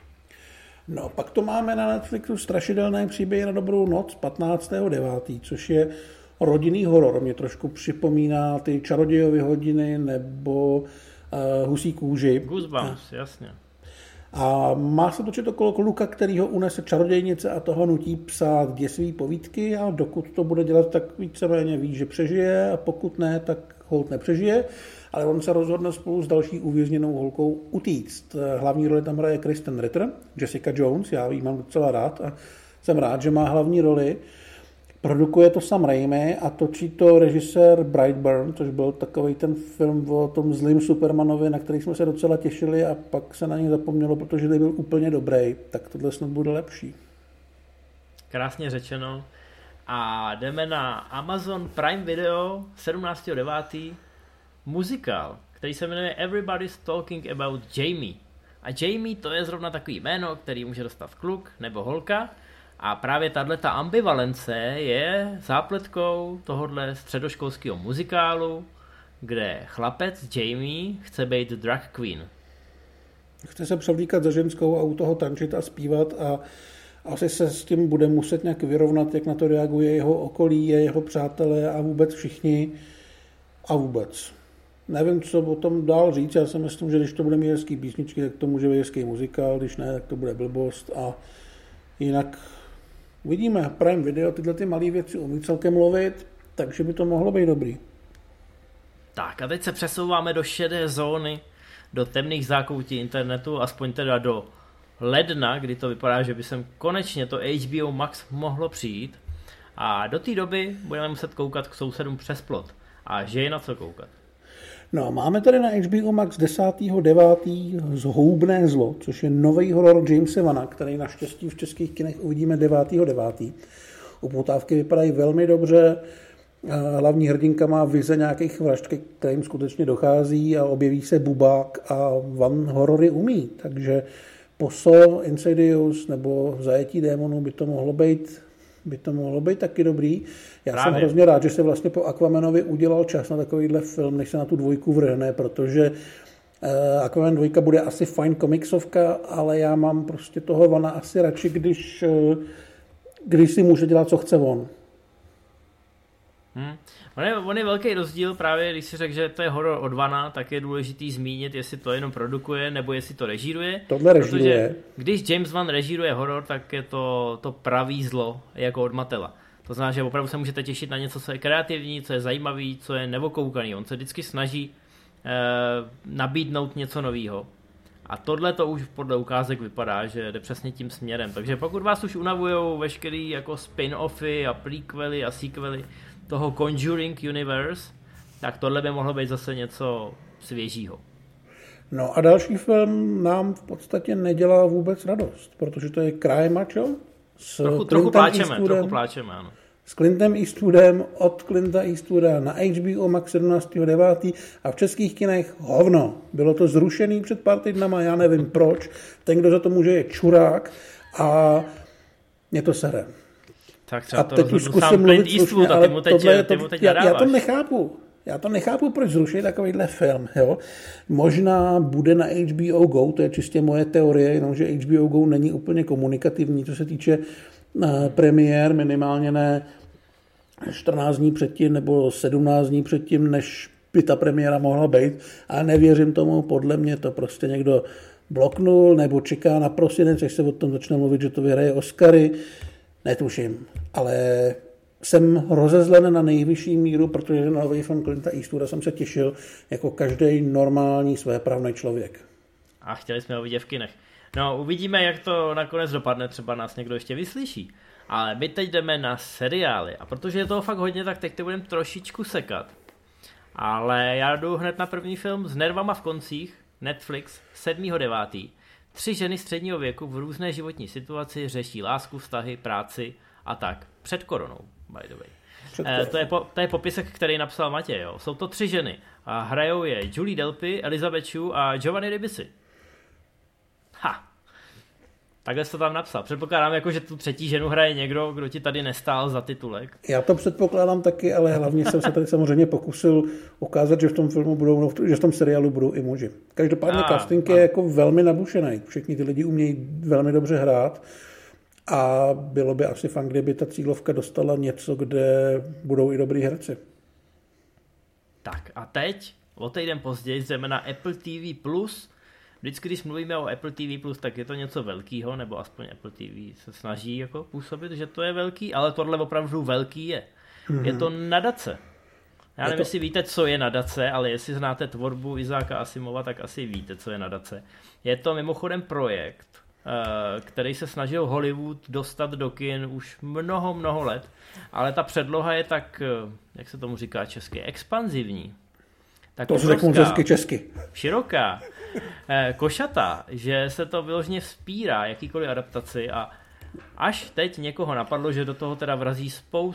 No, pak to máme na Netflixu Strašidelné příběhy na dobrou noc 15.9., což je rodinný horor. Mě trošku připomíná ty Čarodějovy hodiny nebo Husí kůži. Goosebumps, jasně. A má se točit okolo kluka, který ho unese čarodějnice a toho nutí psát děsivý povídky a dokud to bude dělat, tak víceméně ví, že přežije a pokud ne, tak holt nepřežije, ale on se rozhodne spolu s další uvězněnou holkou utíct. Hlavní roli tam hraje Kristen Ritter, Jessica Jones, já ji mám docela rád a jsem rád, že má hlavní roli. Produkuje to Sam Raimi a točí to režisér Brightburn, což byl takový ten film o tom zlým Supermanovi, na který jsme se docela těšili a pak se na něj zapomnělo, protože byl úplně dobrý. Tak tohle snad bude lepší. Krásně řečeno. A jdeme na Amazon Prime Video 17.9. muzikál, který se jmenuje Everybody's Talking About Jamie. A Jamie to je zrovna takový jméno, který může dostat kluk nebo holka. A právě tato ambivalence je zápletkou tohohle středoškolského muzikálu, kde chlapec Jamie chce být drag queen. Chce se převlíkat za ženskou a u toho tančit a zpívat a asi se s tím bude muset nějak vyrovnat, jak na to reaguje jeho okolí, jeho přátelé a vůbec všichni a vůbec. Nevím, co o tom dál říct, já si myslím, že když to bude mít hezký písničky, tak to může být hezký muzikál, když ne, tak to bude blbost a jinak uvidíme. Prime Video tyhle ty malé věci umí celkem lovit, takže by to mohlo být dobrý. Tak a teď se přesouváme do šedé zóny, do temných zákoutí internetu, aspoň teda do ledna, kdy to vypadá, že by sem konečně to HBO Max mohlo přijít. A do té doby budeme muset koukat k sousedům přes plot. A že je na co koukat. No, máme tady na HBO Max 10.9. Zhoubné zlo, což je nový horor Jamese Vana, který naštěstí v českých kinech uvidíme 9.9. Upoutávky vypadají velmi dobře, hlavní hrdinka má vize nějakých vražd, kterým skutečně dochází a objeví se bubák a Van horory umí, takže Poso, Insidious nebo Zajetí démonů by to mohlo být taky dobrý. Já jsem hrozně rád, že se vlastně po Aquamanovi udělal čas na takovýhle film, než se na tu 2 vrhne, protože Aquaman 2 bude asi fajn komiksovka, ale já mám prostě toho Vana asi radši, když si může dělat, co chce on. On je velký rozdíl právě, když si řekl, že to je horor od Vana, tak je důležitý zmínit, jestli to jenom produkuje, nebo jestli to režíruje. Tohle režíruje. Když James Wan režíruje horor, tak je to pravý zlo, jako od Matela. To znamená, že opravdu se můžete těšit na něco, co je kreativní, co je zajímavý, co je nevokoukaný. On se vždycky snaží nabídnout něco nového. A tohle to už podle ukázek vypadá, že jde přesně tím směrem. Takže pokud vás už unavujou veškerý jako spin-offy a prequely a sequely toho Conjuring Universe, tak tohle by mohlo být zase něco svěžího. No a další film nám v podstatě nedělá vůbec radost, protože to je Cry Macho. Trochu pláčeme, ano. s Clintem Eastwoodem od Clinta Eastwooda na HBO Max 17.9. a v českých kinech hovno. Bylo to zrušený před pár týdnama, já nevím proč. Ten, kdo za to může, je čurák a mě to sere. Tak třeba to rozhodnu sám Clint Eastwood a ty mu teď nadáváš. Já to nechápu, proč zrušit takovýhle film. Jo? Možná bude na HBO Go, to je čistě moje teorie, jenomže HBO Go není úplně komunikativní, co se týče premiér, minimálně ne 14 dní předtím nebo 17 dní předtím, než by ta premiéra mohla být. A nevěřím tomu, podle mě to prostě někdo bloknul nebo čeká na prosinec, až se o tom začne mluvit, že to vyhraje Oscary. Netuším, ale jsem rozezlen na nejvyšší míru, protože na nový film Clinta Eastwooda jsem se těšil jako každý normální svéprávný člověk. A chtěli jsme ho vidět v kinech. No, uvidíme, jak to nakonec dopadne, třeba nás někdo ještě vyslyší. Ale my teď jdeme na seriály a protože je toho fakt hodně, tak teď to budeme trošičku sekat. Ale já jdu hned na první film s nervama v koncích, Netflix, 7.9. 3 ženy středního věku v různé životní situaci řeší lásku, vztahy, práci a tak. Před koronou, by the way. To je popisek, který napsal Matěj. Jo. Jsou to 3 ženy a hrajou je Julie Delpy, Elizabeth Shue a Giovanni Ribisi. Ha! Takhle jsi to tam napsal. Předpokládám, jako, že tu třetí ženu hraje někdo, kdo ti tady nestál za titulek. Já to předpokládám taky, ale hlavně jsem se tady samozřejmě pokusil ukázat, že v tom filmu že v tom seriálu budou i muži. Každopádně casting je jako velmi nabušený. Všichni ty lidi umějí velmi dobře hrát a bylo by asi fajn, kdyby ta cílovka dostala něco, kde budou i dobrý herci. Tak a teď, o týden později, jdeme na Apple TV+. Vždycky, když mluvíme o Apple TV+, tak je to něco velkýho, nebo aspoň Apple TV se snaží jako působit, že to je velký, ale tohle opravdu velký je. Mm-hmm. Je to nadace. Já nevím, jestli víte, co je nadace, ale jestli znáte tvorbu Izáka Asimova, tak asi víte, co je nadace. Je to mimochodem projekt, který se snažil Hollywood dostat do kin už mnoho let, ale ta předloha je tak, jak se tomu říká česky, expanzivní. Tak to se řeknu česky. Široká, košatá, že se to vyloženě vzpírá jakýkoliv adaptaci a až teď někoho napadlo, že do toho teda vrazí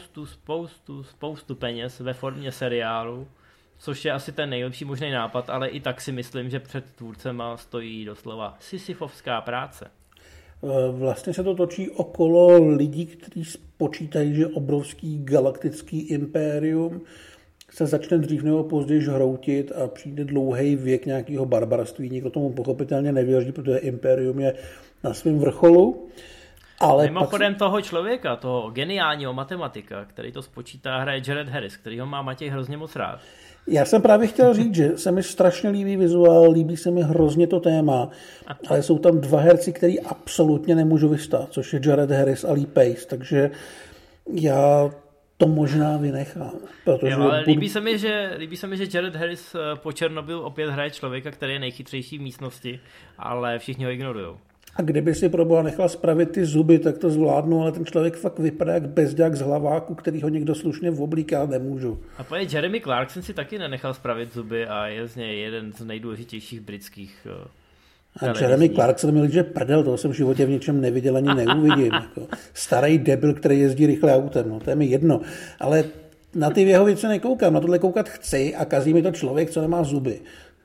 spoustu peněz ve formě seriálu, což je asi ten nejlepší možný nápad, ale i tak si myslím, že před tvůrcema stojí doslova sisyfovská práce. Vlastně se to točí okolo lidí, kteří spočítají, že obrovský galaktický impérium se začne dřív nebo později hroutit a přijde dlouhý věk nějakého barbarství. Nikdo tomu pochopitelně nevěří, protože impérium je na svém vrcholu. Ale mimochodem toho člověka, toho geniálního matematika, který to spočítá, hraje Jared Harris, který ho má Matěj hrozně moc rád. Já jsem právě chtěl říct, že se mi strašně líbí vizuál, líbí se mi hrozně to téma, ale jsou tam 2 herci, který absolutně nemůžu vystát, což je Jared Harris a Lee Pace, takže já to možná vynechám. Jo, ale líbí se mi, že Jared Harris po Černobylu opět hraje člověka, který je nejchytřejší v místnosti, ale všichni ho ignorujou. A kdyby si pro boha nechal spravit ty zuby, tak to zvládnu, ale ten člověk fakt vypadá jak bezďák z hlaváku, který ho někdo slušně oblíká, nemůžu. A pojď, Jeremy Clarkson si taky nenechal spravit zuby a je z něj jeden z nejdůležitějších britských a Jeremy Clarkson mi líže prdel, toho jsem v životě v něčem neviděl ani neuvidím. Jako starý debil, který jezdí rychle autem, no to je mi jedno. Ale na ty jeho věci nekoukám, na tohle koukat chci a kazí mi to člověk, co nemá zuby.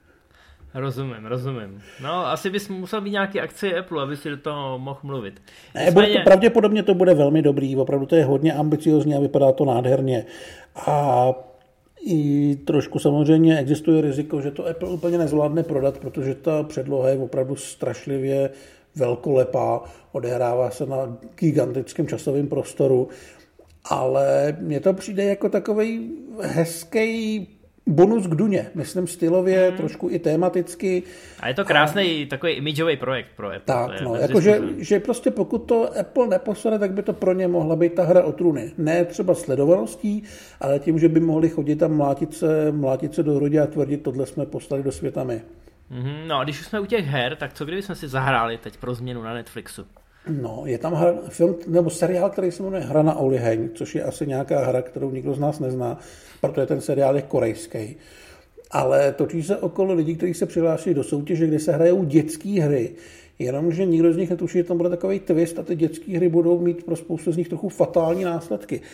Rozumím. No, asi bys musel být nějaký akcie Apple, aby si do toho mohl mluvit. Pravděpodobně to bude velmi dobrý, opravdu to je hodně ambiciozní a vypadá to nádherně. A i trošku samozřejmě existuje riziko, že to Apple úplně nezvládne prodat, protože ta předloha je opravdu strašlivě velkolepá, odehrává se na gigantickém časovém prostoru, ale mně to přijde jako takovej hezký bonus k Duně, myslím stylově, trošku i tematicky. A je to krásný takový imidžový projekt pro Apple. Tak, no, že prostě pokud to Apple neposade, tak by to pro ně mohla být ta hra o trůny. Ne třeba sledovaností, ale tím, že by mohli chodit a mlátit se do hrudi a tvrdit, tohle jsme poslali do světa my. No a když už jsme u těch her, tak co kdybychom si zahráli teď pro změnu na Netflixu? No, je tam film nebo seriál, který se jmenuje Hra na Oliheň, což je asi nějaká hra, kterou nikdo z nás nezná, protože ten seriál je korejský. Ale točí se okolo lidí, kteří se přihlásí do soutěže, kde se hrajou dětské hry. Jenomže nikdo z nich netuší, že tam bude takový twist a ty dětské hry budou mít pro spoustu z nich trochu fatální následky.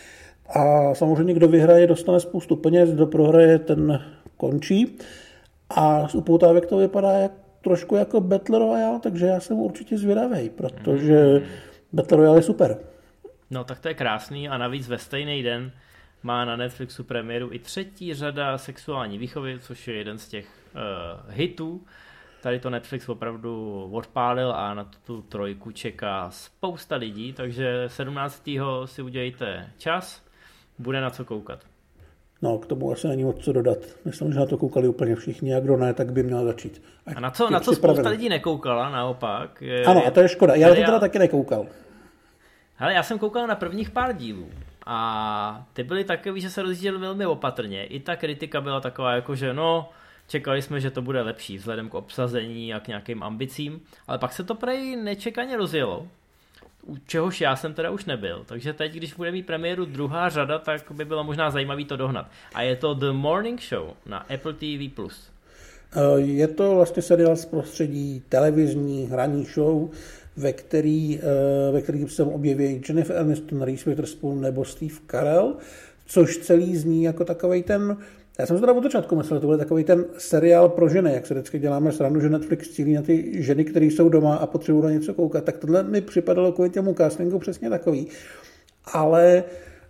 A samozřejmě, kdo vyhraje, dostane spoustu peněz, kdo prohraje, ten končí. A z upoutávek to vypadá trošku jako Battle Royale, takže já jsem určitě zvědavej, protože Battle Royale je super. No tak to je krásný a navíc ve stejný den má na Netflixu premiéru i 3. řada sexuální výchovy, což je jeden z těch hitů. Tady to Netflix opravdu odpálil a na tu 3 čeká spousta lidí, takže 17. si udělejte čas, bude na co koukat. No, k tomu asi není moc co dodat. Myslím, že na to koukali úplně všichni a kdo ne, tak by měl začít. A na co spousta lidí nekoukala, naopak. Ano, a to je škoda. Já to teda taky nekoukal. Hele, já jsem koukal na prvních pár dílů a ty byly takový, že se rozjížděli velmi opatrně. I ta kritika byla taková, jako že no, čekali jsme, že to bude lepší vzhledem k obsazení a k nějakým ambicím, ale pak se to prej nečekaně rozjelo, u čehož já jsem teda už nebyl. Takže teď, když bude mít premiéru 2. řada, tak by bylo možná zajímavý to dohnat. A je to The Morning Show na Apple TV+. Je to vlastně seriál z prostředí televizní hraní show, ve který se objeví Jennifer Aniston, Reese Witherspoon nebo Steve Carell, což celý zní jako takovej ten. Já jsem se teda od začátku myslel, že to bude takový ten seriál pro ženy, jak se vždycky děláme srandu, že Netflix cílí na ty ženy, které jsou doma a potřebují na něco koukat. Tak tohle mi připadalo kvůli těmu castingu přesně takový. Ale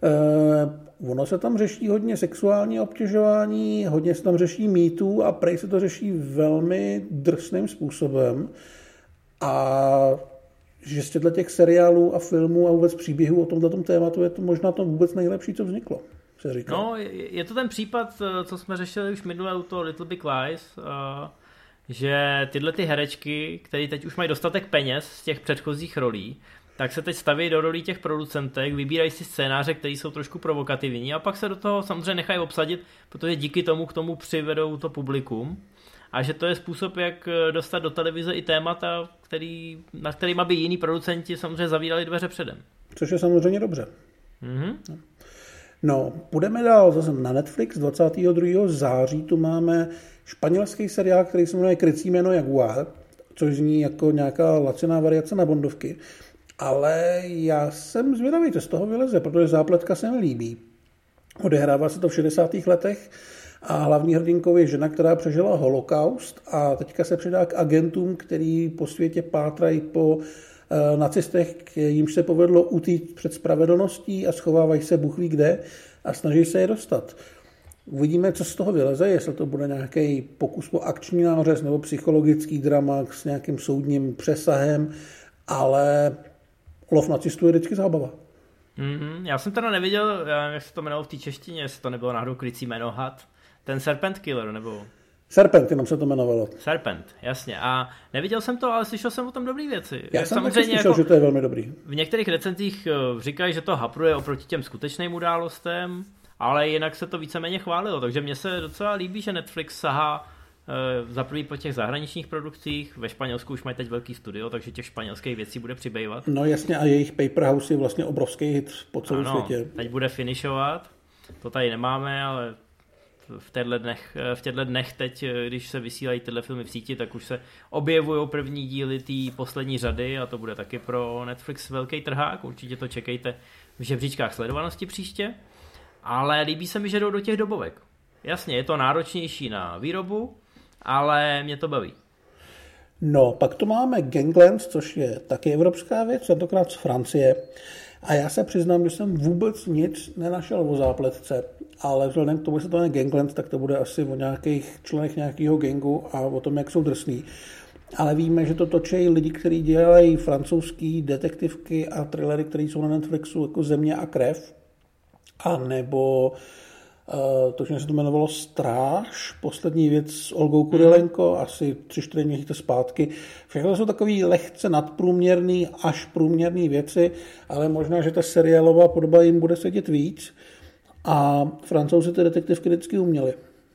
ono se tam řeší hodně sexuální obtěžování, hodně se tam řeší mýtů a prej se to řeší velmi drsným způsobem. A že z těch seriálů a filmů a vůbec příběhů o tomto tématu je to možná to vůbec nejlepší, co vzniklo. No, je to ten případ, co jsme řešili už minule u toho Little Big Lies, že tyhle ty herečky, které teď už mají dostatek peněz z těch předchozích rolí, tak se teď staví do rolí těch producentek, vybírají si scénáře, které jsou trošku provokativní a pak se do toho samozřejmě nechají obsadit, protože díky tomu k tomu přivedou to publikum. A že to je způsob, jak dostat do televize i témata, na kterýma by jiní producenti samozřejmě zavírali dveře předem. Což je samozřejmě dobře. Mm-hmm. No, půjdeme dál zase na Netflix. 22. září tu máme španělský seriál, který se jmenuje Krycí jméno Jaguar, což zní jako nějaká laciná variace na Bondovky. Ale já jsem zvědavý, co z toho vyleze, protože zápletka se mi líbí. Odehrává se to v 60. letech a hlavní hrdinkou je žena, která přežila holokaust a teďka se přidá k agentům, který po světě pátrají po nacistech, jimž se povedlo utíct před spravedlností a schovávají se bůh ví kde a snaží se je dostat. Uvidíme, co z toho vyleze, jestli to bude nějaký pokus o akční nářez nebo psychologický drama s nějakým soudním přesahem, ale lov nacistů je vždycky zábava. Já jsem teda neviděl, jak se to jmenovalo v té češtině, jestli to nebylo náhodou Krycí jméno had, ten Serpent Killer, nebo... Serpent, jenom se to jmenovalo. Serpent, jasně. A neviděl jsem to, ale slyšel jsem o tom dobrý věci. Já jsem taky slyšel, že to je velmi dobrý. V některých recenzích říkají, že to hapruje oproti těm skutečným událostem, ale jinak se to víceméně chválilo, takže mně se docela líbí, že Netflix sahá za prvý po těch zahraničních produkcích. Ve Španělsku už mají teď velký studio, takže těch španělských věcí bude přibývat. No jasně, a jejich Paper House je vlastně obrovský hit po celém světě. Teď bude finishovat, to tady nemáme, ale v těchto dnech teď, když se vysílají tyhle filmy v síti, tak už se objevují první díly té poslední řady a to bude taky pro Netflix velký trhák, určitě to čekejte v žebříčkách sledovanosti příště, ale líbí se mi, že jdou do těch dobovek. Jasně, je to náročnější na výrobu, ale mě to baví. No, pak tu máme Gangland, což je taky evropská věc, tentokrát z Francie. A já se přiznám, že jsem vůbec nic nenašel o zápletce, ale vzhledem k tomu, že se to jmenuje Gangland, tak to bude asi o nějakých členech nějakého gangu a o tom, jak jsou drsný. Ale víme, že to točí lidi, kteří dělají francouzský detektivky a thrillery, které jsou na Netflixu jako Země a krev. A nebo to, že se to jmenovalo Stráž, poslední věc s Olgou Kurilenko, asi 3-4 měsíce zpátky. Všechno jsou takový lehce nadprůměrný až průměrný věci, ale možná, že ta seriálová podoba jim bude sedět víc. A Francouzi ty detektivky vždycky uměli.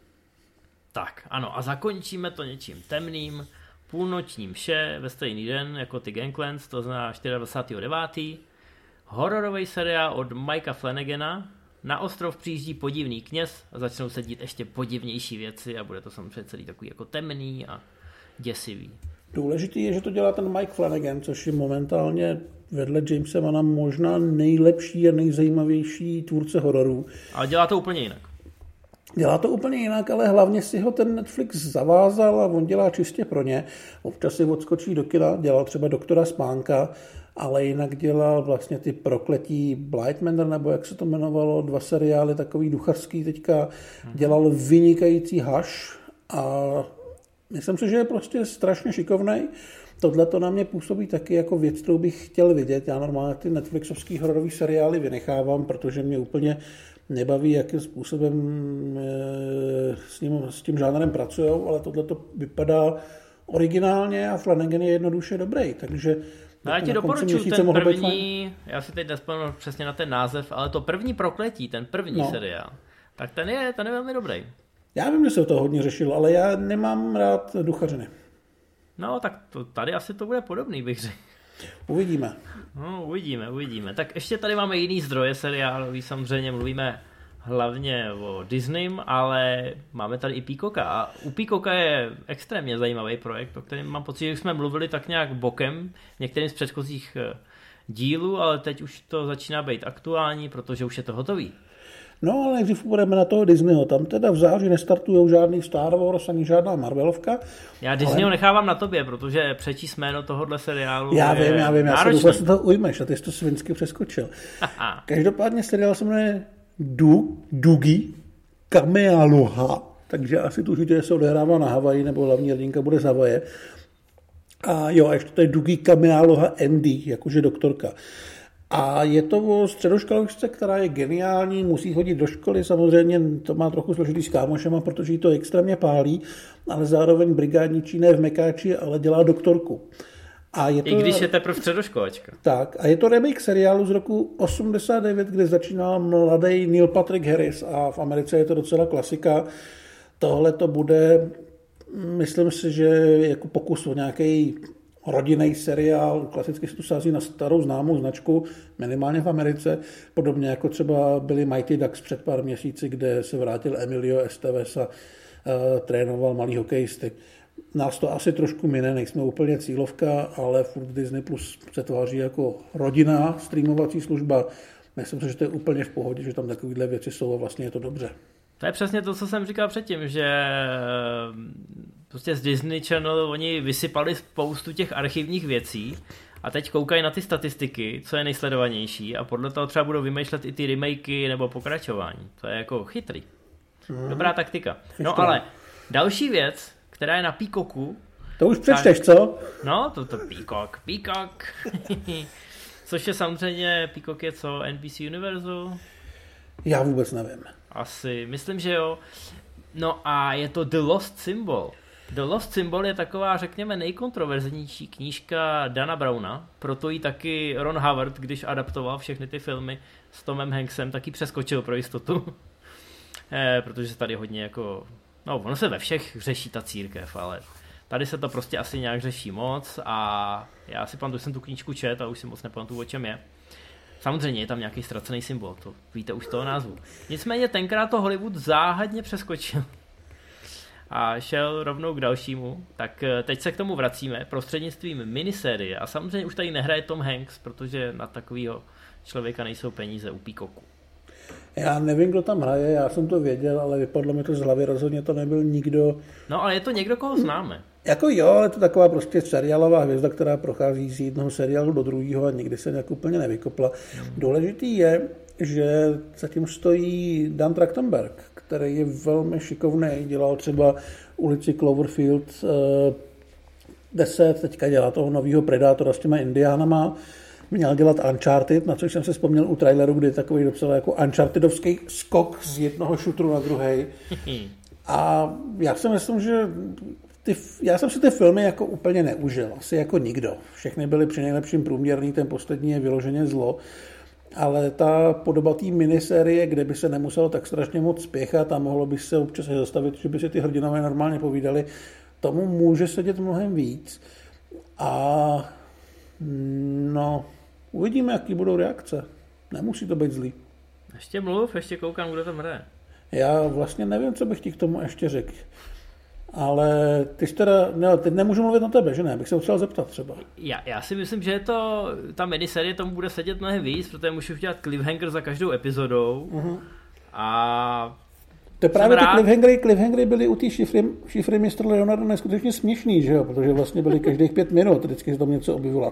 Tak, ano, a zakončíme to něčím temným, půlnočním vše ve stejný den jako ty Ganglands, to znamená 24.9. Hororový seriál od Mikea Flanagana. Na ostrov přijíždí podivný kněz a začnou se dít ještě podivnější věci a bude to samozřejmě celý takový jako temný a děsivý. Důležitý je, že to dělá ten Mike Flanagan, což je momentálně vedle Jamesa Vana možná nejlepší a nejzajímavější tvůrce hororů. Ale dělá to úplně jinak. Dělá to úplně jinak, ale hlavně si ho ten Netflix zavázal a on dělá čistě pro ně. Občas si odskočí do kina, dělal třeba Doktora Spánka, ale jinak dělal vlastně ty prokletí Blight Manor, nebo jak se to jmenovalo, 2 seriály, takový duchařský teďka. Dělal vynikající Hush a myslím si, že je prostě strašně šikovnej. Tohle to na mě působí taky jako věc, kterou bych chtěl vidět. Já normálně ty Netflixovský hororový seriály vynechávám, protože mě úplně nebaví, jakým způsobem s tím žánrem pracujou, ale tohle to vypadá originálně a Flanagan je jednoduše dobrý, takže no, já ti doporučuji ten první, já si teď nespomenu přesně na ten název, ale to první prokletí, ten první seriál, tak ten je velmi dobrý. Já vím, že se to hodně řešilo, ale já nemám rád duchařiny. No, tak tady asi to bude podobný, bych řekl. Uvidíme. No, uvidíme. Tak ještě tady máme jiný zdroje seriálový, samozřejmě mluvíme hlavně o Disneym, ale máme tady i Peacocka. A u Peacocka je extrémně zajímavý projekt, o kterém mám pocit, že jsme mluvili tak nějak bokem některým z předchozích dílů, ale teď už to začíná být aktuální, protože už je to hotový. No, ale nejdřív budeme na toho Disneyho. Tam teda v září nestartujou žádný Star Wars ani žádná Marvelovka. Já Disneyho nechávám na tobě, protože přečíst jméno tohohle seriálu já vím, já se doufám, že to ujmeš a ty jsi to svinsky přeskočil. Každopádně seriál se jmenuje Dugi Kamealoha, takže asi tužitě se odehrává na Havaji, nebo hlavní hrdinka bude z Havaje. A jo, a ještě to je Dugi Kamealoha Andy, jakože doktorka. A je to o středoškolačce, která je geniální, musí chodit do školy, samozřejmě to má trochu složitý s kámošema, protože jí to extrémně pálí, ale zároveň brigádničí ne v Mekáči, ale dělá doktorku. A je to, i když je teprve středoškolačka. Tak, a je to remake seriálu z roku 89, kde začínal mladý Neil Patrick Harris a v Americe je to docela klasika. Tohle to bude, myslím si, že jako pokus o nějaký rodinný seriál, klasicky se tu sází na starou známou značku, minimálně v Americe, podobně jako třeba byli Mighty Ducks před pár měsíci, kde se vrátil Emilio Estevez a trénoval malý hokejisty. Nás to asi trošku mine, nejsme úplně cílovka, ale furt Disney Plus se tváří jako rodinná streamovací služba. Myslím si, že to je úplně v pohodě, že tam takovéhle věci jsou a vlastně je to dobře. To je přesně to, co jsem říkal předtím, že prostě z Disney Channel oni vysypali spoustu těch archivních věcí a teď koukají na ty statistiky, co je nejsledovanější a podle toho třeba budou vymýšlet i ty remakey nebo pokračování. To je jako chytrý. Dobrá taktika. No ale další věc, která je na Peacocku. To už přečteš, co? No, to Peacock. Což je samozřejmě, Peacock je co, NBC Universal? Já vůbec nevím. Asi, myslím, že jo. No a je to The Lost Symbol. The Lost Symbol je taková, řekněme, nejkontroverznější knížka Dana Browna, proto ji taky Ron Howard, když adaptoval všechny ty filmy s Tomem Hanksem, taky přeskočil pro jistotu. Protože se tady hodně jako, no ono se ve všech řeší ta církev, ale tady se to prostě asi nějak řeší moc a já si pamatuju, jsem tu knížku čet a už si moc nepamatuju, o čem je. Samozřejmě je tam nějaký ztracený symbol, to víte už z toho názvu. Nicméně tenkrát to Hollywood záhadně přeskočil a šel rovnou k dalšímu, tak teď se k tomu vracíme prostřednictvím minisérie a samozřejmě už tady nehraje Tom Hanks, protože na takovýho člověka nejsou peníze u Peacocku. Já nevím, kdo tam hraje, já jsem to věděl, ale vypadlo mi to z hlavy, rozhodně to nebyl nikdo. No ale je to někdo, koho známe. Jako jo, ale to taková prostě seriálová hvězda, která prochází z jednoho seriálu do druhého a nikdy se nějak úplně nevykopla. Důležitý je, že zatím stojí Dan Trachtenberg, který je velmi šikovný, dělal třeba Ulici Cloverfield 10, teďka dělá toho nového Predátora s těma Indiánama, měl dělat Uncharted, na což jsem se vzpomněl u traileru, kdy je takový docela jako Unchartedovský skok z jednoho šutru na druhej. A já si myslím, že já jsem si ty filmy jako úplně neužil, asi jako nikdo. Všechny byly při nejlepším průměrný, ten poslední je vyloženě zlo. Ale ta podoba té minisérie, kde by se nemuselo tak strašně moc spěchat a mohlo by se občas zastavit, že by si ty hrdinové normálně povídali, tomu může sedět mnohem víc. A no, uvidíme, jaký budou reakce. Nemusí to být zlý. Ještě mluv, ještě koukám, kdo tam hraje. Já vlastně nevím, co bych ti k tomu ještě řekl. Ale ty jsi teda, no, teď nemůžu mluvit na tebe, že ne? Bych se chtěl zeptat třeba. Já si myslím, že ta miniserie tomu bude sedět mnohem víc, protože můžu udělat cliffhanger za každou epizodou. A to právě ty cliffhangery byly u té šifry Mr. Leonardo neskutečně směšný, že jo? Protože vlastně byly každých 5 minut, vždycky se tam něco objevilo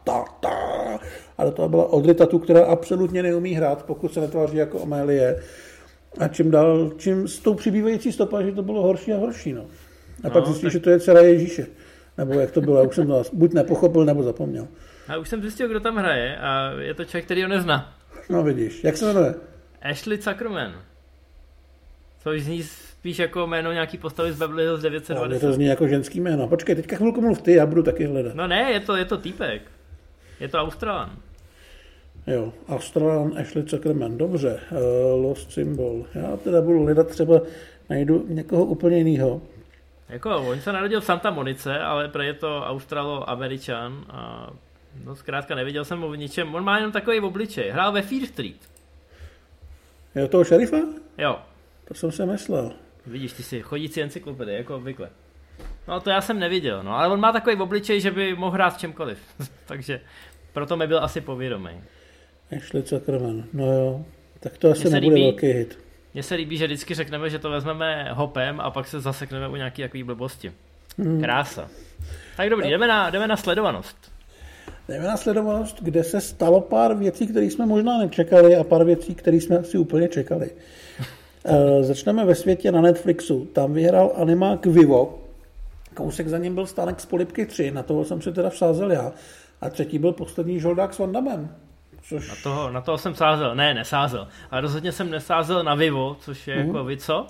a do toho byla Audrey Tautou, která absolutně neumí hrát, pokud se netváří jako Amélie. A čím s tou přibývající stopáží to bylo horší a horší, no. A pak zjistíš, že to je dcera Ježíše. Nebo jak to bylo, já už jsem to buď nepochopil, nebo zapomněl. A už jsem zjistil, kdo tam hraje a je to člověk, který ho nezná. No vidíš, jak se jmenuje? Ashley Zuckerman. Což zní spíš jako jméno nějaký postavy z Beverly Hills 990. No, to zní jako ženský jméno. Počkej, teďka chvilku mluv ty, já budu taky hledat. No ne, je to týpek. Je to Australan. Jo, Australan Ashley Zuckerman, dobře. Lost Symbol. Já teda budu hledat, třeba najdu někoho úplně jiného. Jako, on se narodil v Santa Monice, ale prej je to Australo-Američan a no zkrátka neviděl jsem mu v ničem. On má jenom takový obličej. Hrál ve Fear Street. Jo, toho šerifa? Jo. To jsem si myslel. Vidíš, ty si chodící encyklopedie, jako obvykle. No to já jsem neviděl, no, ale on má takový obličej, že by mohl hrát v čemkoliv. Takže proto mi byl asi povědomý. Ashley Zuckerman, no jo. Tak to asi nebude velký hit. Mně se líbí, že vždycky řekneme, že to vezmeme hopem a pak se zasekneme u nějaký takový blbosti. Krása. Tak dobrý, jdeme na sledovanost. Jdeme na sledovanost, kde se stalo pár věcí, které jsme možná nečekali a pár věcí, které jsme asi úplně čekali. Začneme ve světě na Netflixu. Tam vyhrál animák Vivo. Kousek za ním byl Stánek z polibky 3, na toho jsem se teda vsázel já. A třetí byl poslední Žoldák s Van Dammem. Což... Na toho jsem sázel, nesázel. Ale rozhodně jsem nesázel na Vivo, což je jako vy co?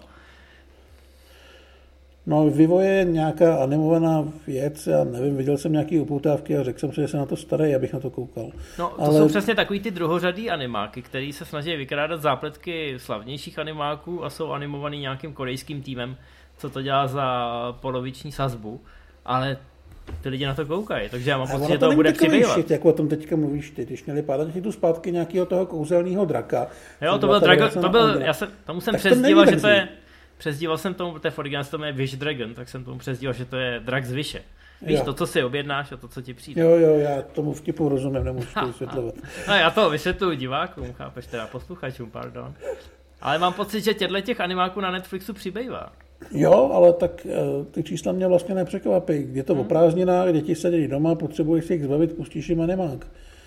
No Vivo je nějaká animovaná věc, já nevím, viděl jsem nějaký upoutávky a řekl jsem si, že jsem na to starý, abych na to koukal. No to jsou přesně takový ty druhořadý animáky, který se snaží vykrádat zápletky slavnějších animáků a jsou animovaný nějakým korejským týmem, co to dělá za poloviční sazbu, ale ty lidi na to koukají, takže já mám pocit, že to bude přibývat. Jak o tom teďka mluvíš ty, když měli pár tu zpátky nějakého toho kouzelného draka. Jo, to byl tomu jsem přezdíval, že to je, přezdíval jsem tomu, protože v originálu se to jmenuje Wish Dragon, tak jsem tomu přezdíval, že to je drak z Vyše. Víš, to, co si objednáš a to, co ti přijde. Jo, já tomu vtipu rozumím, nemůžu to vysvětlovat. No, já to vysvětluji divákům, chápeš, teda posluchačům, pardon. Ale mám pocit, že těch animáků na Netflixu přibývá. Jo, ale tak ty čísla mě vlastně nepřekvapí. Je to o prázdninách, děti sedějí doma, potřebuješ si jich zbavit, pustíš jim animák.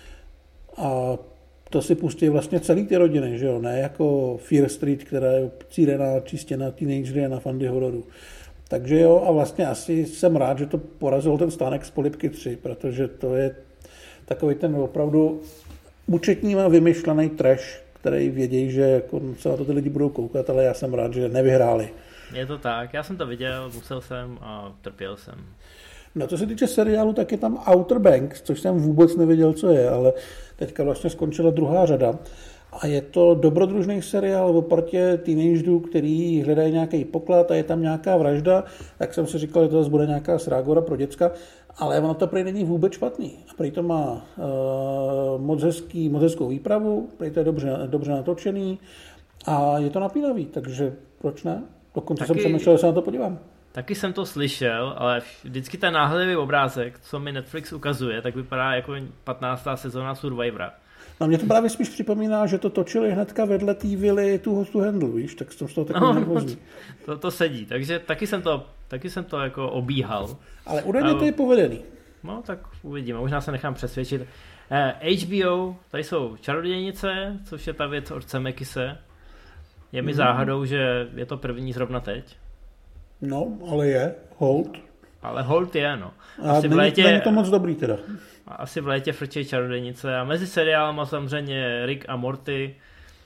A to si pustí vlastně celý ty rodiny, že jo? Ne jako Fear Street, která je cílená čistě na teenagery a na fandy hororu. Takže jo, a vlastně asi jsem rád, že to porazil ten Stánek z polibky 3, protože to je takový ten opravdu účetníma vymyšlený trash, který vědějí, že jako se na to ty lidi budou koukat, ale já jsem rád, že nevyhráli. Je to tak, já jsem to viděl, musel jsem a trpěl jsem. No co se týče seriálu, tak je tam Outer Banks, což jsem vůbec nevěděl, co je, ale teďka vlastně skončila druhá řada. A je to dobrodružný seriál o partě teenagerů, který hledají nějaký poklad a je tam nějaká vražda, tak jsem si říkal, že to zase bude nějaká srágora pro děcka, ale ono to prý není vůbec špatný. A prý to má moc hezkou výpravu, prý to je dobře natočený a je to napínavý, takže proč ne? Dokonce jsem přemýšlel, že se na to podívám. Taky jsem to slyšel, ale vždycky ten náhledový obrázek, co mi Netflix ukazuje, tak vypadá jako 15. sezóna Survivora. No mě to právě spíš připomíná, že to točili hnedka vedle té vily tu Hostu Handle, víš, tak jsem z toho takový nervózní. To sedí, takže taky jsem to jako obíhal. Ale údajně to je povedený. No tak uvidíme, možná se nechám přesvědčit. HBO, tady jsou Čarodějnice, což je ta věc od Zemeckise. Je mi záhadou, že je to první zrovna teď. No, ale je. Hold. Ale hold je, no. Asi není to moc dobrý teda. Asi v létě frčej Čarodějnice a mezi seriálama samozřejmě Rick a Morty.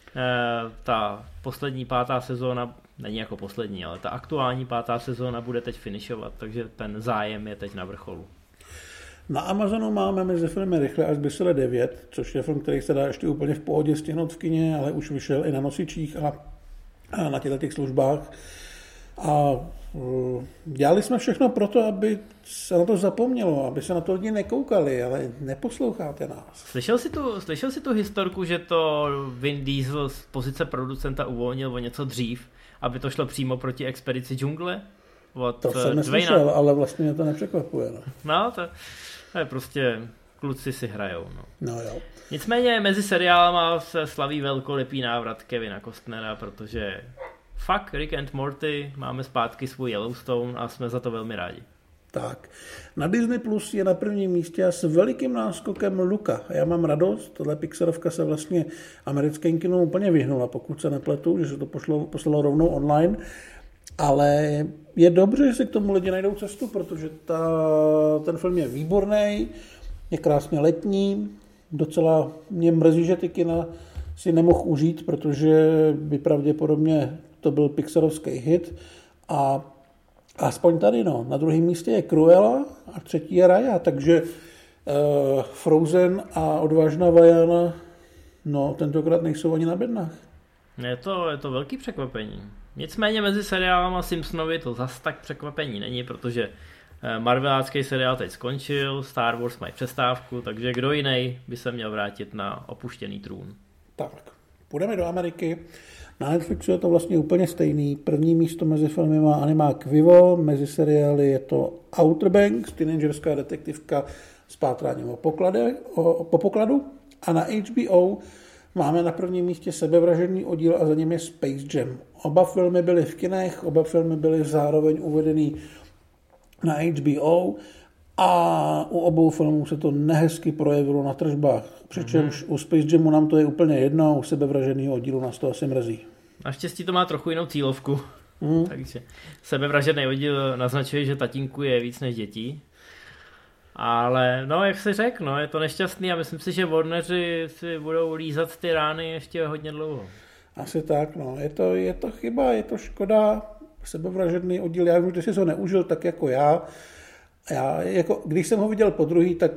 Ta poslední 5. sezóna, není jako poslední, ale ta aktuální 5. sezóna bude teď finišovat, takže ten zájem je teď na vrcholu. Na Amazonu máme mezi filmy Rychle až Bysele 9, což je film, který se dá ještě úplně v pohodě stihnout v kině, ale už vyšel i na nosičích a na těch službách. A dělali jsme všechno pro to, aby se na to zapomnělo, aby se na to lidi nekoukali, ale neposloucháte nás. Slyšel jsi tu historku, že to Vin Diesel z pozice producenta uvolnil o něco dřív, aby to šlo přímo proti Expedici džungle? od to jsem neslyšel, ale vlastně mě to nepřekvapuje. No, to je prostě kluci si hrajou. No jo. Nicméně mezi seriálama se slaví velkolepý návrat Kevina Costnera, protože fuck Rick and Morty, máme zpátky svůj Yellowstone a jsme za to velmi rádi. Tak, na Disney Plus je na prvním místě a s velikým náskokem Luka. Já mám radost, tohle Pixarovka se vlastně americkým kinům úplně vyhnula, pokud se nepletu, že se to poslalo rovnou online, ale je dobře, že si k tomu lidi najdou cestu, protože ten film je výborný, je krásně letní, docela mě mrzí, že ty kina si nemohl užít, protože by pravděpodobně to byl pixarovský hit a aspoň tady, na druhém místě je Cruella a třetí je Raya, takže Frozen a Odvážná Vajana, tentokrát nejsou ani na bednách. Je to velký překvapení. Nicméně mezi seriálama Simpsonovi to zas tak překvapení není, protože marvelácký seriál teď skončil, Star Wars mají přestávku, takže kdo jiný by se měl vrátit na opuštěný trůn. Tak, půjdeme do Ameriky. Na Netflixu je to vlastně úplně stejný. První místo mezi filmy má animák Vivo, mezi seriály je to Outer Banks, teenagerská detektivka s pátráním po pokladu. A na HBO máme na prvním místě Sebevražedný oddíl a za ním je Space Jam. Oba filmy byly v kinech, oba filmy byly zároveň uvedený na HBO a u obou filmů se to nehezky projevilo na tržbách. Přičemž u Space Jamu nám to je úplně jedno, u Sebevražedného oddílu nás to asi mrzí. Naštěstí to má trochu jinou cílovku. Takže Sebevražedný oddíl naznačuje, že tatínku je víc než dětí. Ale jak se řekl, je to nešťastný a myslím si, že Warneri si budou lízat ty rány ještě hodně dlouho. Asi tak, je to chyba, je to škoda. Sebevražedný oddíl, já vím, že jsi ho neužil tak jako já. Když jsem ho viděl podruhý, tak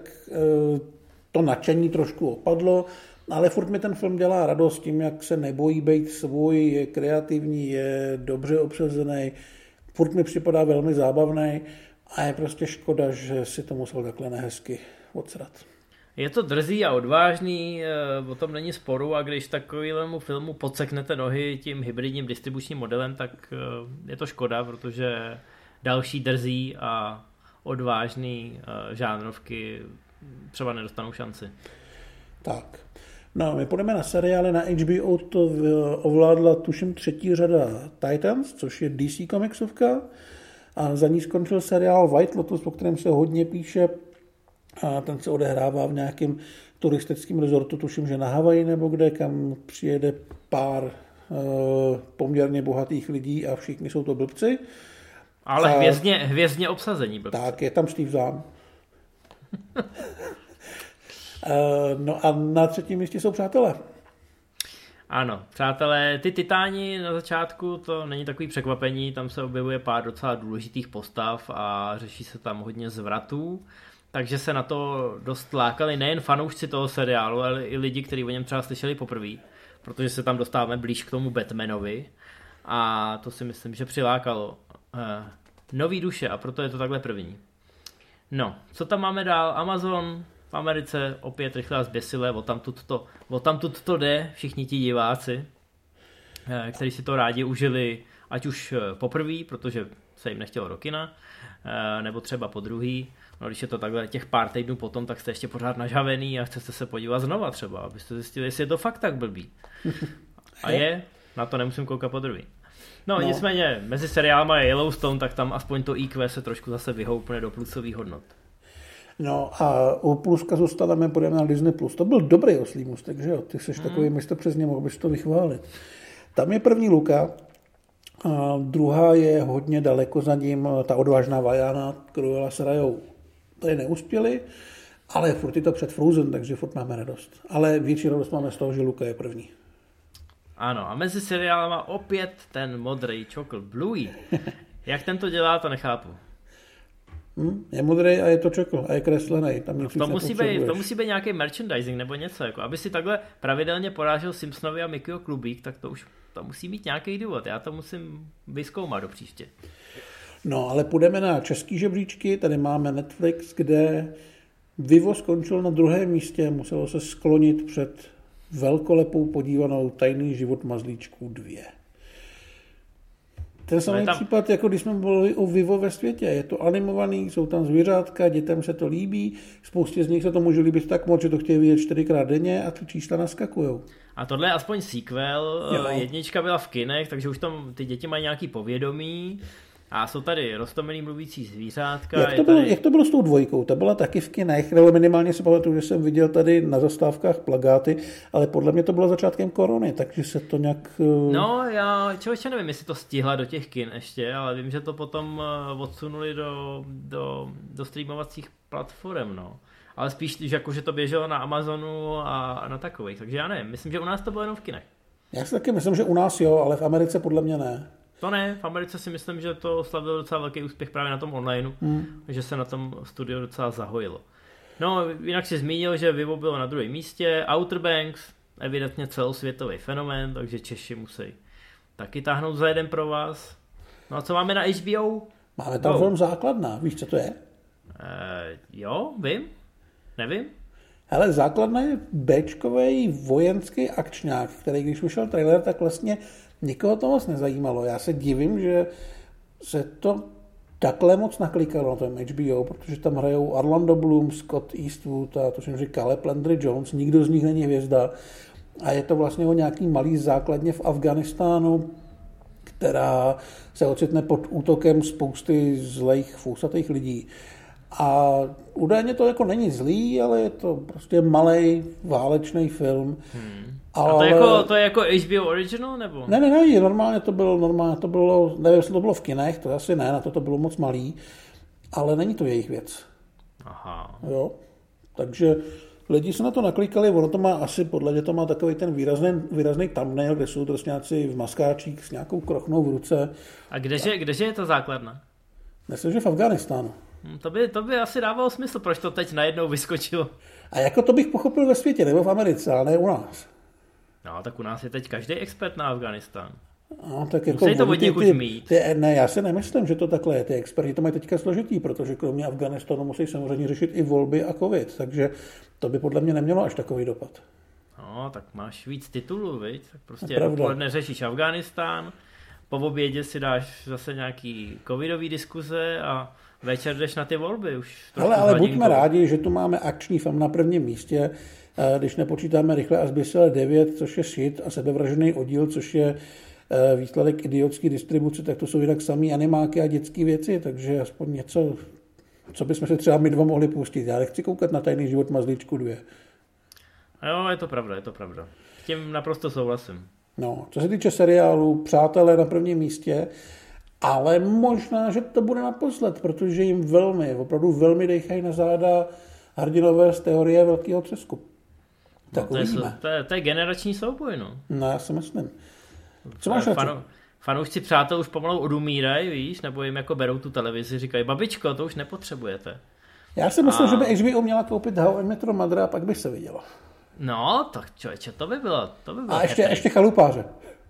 to nadšení trošku opadlo, ale furt mi ten film dělá radost tím, jak se nebojí být svůj, je kreativní, je dobře obsazený, furt mi připadá velmi zábavný a je prostě škoda, že si to musel takhle nehezky odsrat. Je to drzý a odvážný, o tom není sporu a když takovému filmu podseknete nohy tím hybridním distribučním modelem, tak je to škoda, protože další drzí a odvážný žánrovky třeba nedostanou šanci. Tak, my půjdeme na seriály. Na HBO to ovládla tuším třetí řada Titans, což je DC komiksovka a za ní skončil seriál White Lotus, o kterém se hodně píše a ten se odehrává v nějakém turistickém rezortu, tuším, že na Havaji nebo kde, kam přijede pár poměrně bohatých lidí a všichni jsou to blbci. Ale hvězdně obsazení blbci. Tak, je tam Steve Zahn. A na třetím místě jsou Přátelé. Ano, Přátelé, ty Titáni na začátku, to není takový překvapení, tam se objevuje pár docela důležitých postav a řeší se tam hodně zvratů, takže se na to dost lákali nejen fanoušci toho seriálu, ale i lidi, kteří o něm třeba slyšeli poprvé, protože se tam dostáváme blíž k tomu Batmanovi a to si myslím, že přilákalo nový duše a proto je to takhle první. Co tam máme dál? Amazon v Americe opět rychle a zběsile, odtamtud to jde, všichni ti diváci, kteří si to rádi užili, ať už poprvé, protože se jim nechtělo do kina, nebo třeba po druhý. Když je to takhle těch pár týdnů potom, tak jste ještě pořád nažavený a chcete se podívat znova třeba, abyste zjistili, jestli je to fakt tak blbý. A na to nemusím koukat po druhý. Nicméně, mezi seriálama je Yellowstone, tak tam aspoň to IQ se trošku zase vyhoupne do plusových hodnot. A u pluska zůstáváme, půjdeme na Disney+. To byl dobrý oslý můstek, že jo? Ty jsi takový místo přes ně, mohl bys to vychválit. Tam je první Luka, a druhá je hodně daleko za ním, ta Odvážná Vajana, Cruella s Rayou. Tady neuspěli, ale furt je to před Frozen, takže furt máme radost. Ale větší radost máme z toho, že Luka je první. Ano, a mezi seriálama opět ten modrý čokl Bluey. Jak ten to dělá, to nechápu. Je modrý a je to čokl a je kreslený. To musí být nějaký merchandising nebo něco. Jako, aby si takhle pravidelně porážel Simpsonovi a Mickeyho klubík, tak to musí mít nějaký důvod. Já to musím vyzkoumat do příště. Ale půjdeme na český žebříčky. Tady máme Netflix, kde Vivo skončil na druhém místě. Muselo se sklonit před velkolepou podívanou Tajný život mazlíčků 2. Ten samý případ, jako když jsme mluvili o Vivo ve světě. Je to animovaný, jsou tam zvířátka, dětem se to líbí, spoustě z nich se to může líbit tak moc, že to chtějí vidět 4x denně a ty čísla naskakujou. A tohle je aspoň sequel, jo. Jednička byla v kinech, takže už tam ty děti mají nějaký povědomí a jsou tady roztomilý mluvící zvířátka. Jak to bylo s tou dvojkou? Ta byla taky v kinech, nebo minimálně si pamatuju, že jsem viděl tady na zastávkách plakáty, ale podle mě to bylo začátkem korony, takže se to nějak... No, já ještě nevím, jestli to stihla do těch kin ještě, ale vím, že to potom odsunuli do streamovacích platform, no. Ale spíš, že to běželo na Amazonu a na takových, takže já nevím, myslím, že u nás to bylo jenom v kinech. Já si taky myslím, že u nás jo, ale v Americe podle mě ne. To ne, v Americe si myslím, že to slavilo docela velký úspěch právě na tom onlineu, že se na tom studio docela zahojilo. No, jinak si zmínil, že Vivo bylo na druhém místě, Outer Banks, evidentně celosvětový fenomén, takže Češi musí taky táhnout za jeden pro vás. No a co máme na HBO? Máme tam film Základna, víš, co to je? Jo, vím, nevím. Hele, Základna je béčkovej vojenský akčňák, který když vyšel trailer, tak vlastně nikoho to moc nezajímalo. Já se divím, že se to takhle moc naklikalo na tom HBO, protože tam hrajou Orlando Bloom, Scott Eastwood a to jsem říkal, Caleb Landry Jones, nikdo z nich není hvězda. A je to vlastně o nějaký malý základně v Afghánistánu, která se ocitne pod útokem spousty zlejch, fousatých lidí. A údajně to jako není zlý, ale je to prostě malej válečný film. Ale... A to je jako HBO original, nebo? Ne, normálně to bylo, nevím, jestli to bylo v kinech, to asi ne, na to bylo moc malý, ale není to jejich věc. Aha. Jo, takže lidi se na to naklikali, ono to má asi, podle mě to má takový ten výrazný thumbnail, kde jsou trestňáci v maskáčích s nějakou krochnou v ruce. A kdeže je ta základna? Myslím, že v Afghánistánu. To by asi dávalo smysl, proč to teď najednou vyskočilo. A jako to bych pochopil ve světě, nebo v Americe, ale ne u nás. No, tak u nás je teď každý expert na Afghánistán. No, tak jako musí to od někud mít. Ne, já si nemyslím, že to takhle je. Ty experti to mají teďka složitý, protože kromě Afghánistánu musí samozřejmě řešit i volby a covid, takže to by podle mě nemělo až takový dopad. No, tak máš víc titulů, viď? Tak prostě dopoledne řešíš Afghánistán, po obědě si dáš zase nějaký covidový diskuze a večer jdeš na ty volby už. Ale buďme rádi, že tu máme akční film na prvním místě, když nepočítáme Rychle a zběsile 9, což je shit, a Sebevražený oddíl, což je výsledek idiotské distribuce, tak to jsou jinak samý animáky a dětské věci, takže aspoň něco, co bychom se třeba my dva mohli pustit. Já nechci koukat na Tajný život mazlíčku 2. Jo, je to pravda. S tím naprosto souhlasím. No, co se týče seriálu, Přátelé na prvním místě, ale možná, že to bude naposled, protože jim opravdu velmi dejchají na záda hrdinové z Teorie velkého třesku. Tak no, to je generační souboj, no. No, já si myslím. Co máš fanoušci Přátel už pomalu odumírají, víš, nebo jim jako berou tu televizi, říkají, babičko, to už nepotřebujete. Já si myslím, že by HBO měla koupit How I Met Your Mother a pak by se vidělo. No, tak člověče, to by bylo a ještě Chalupáře.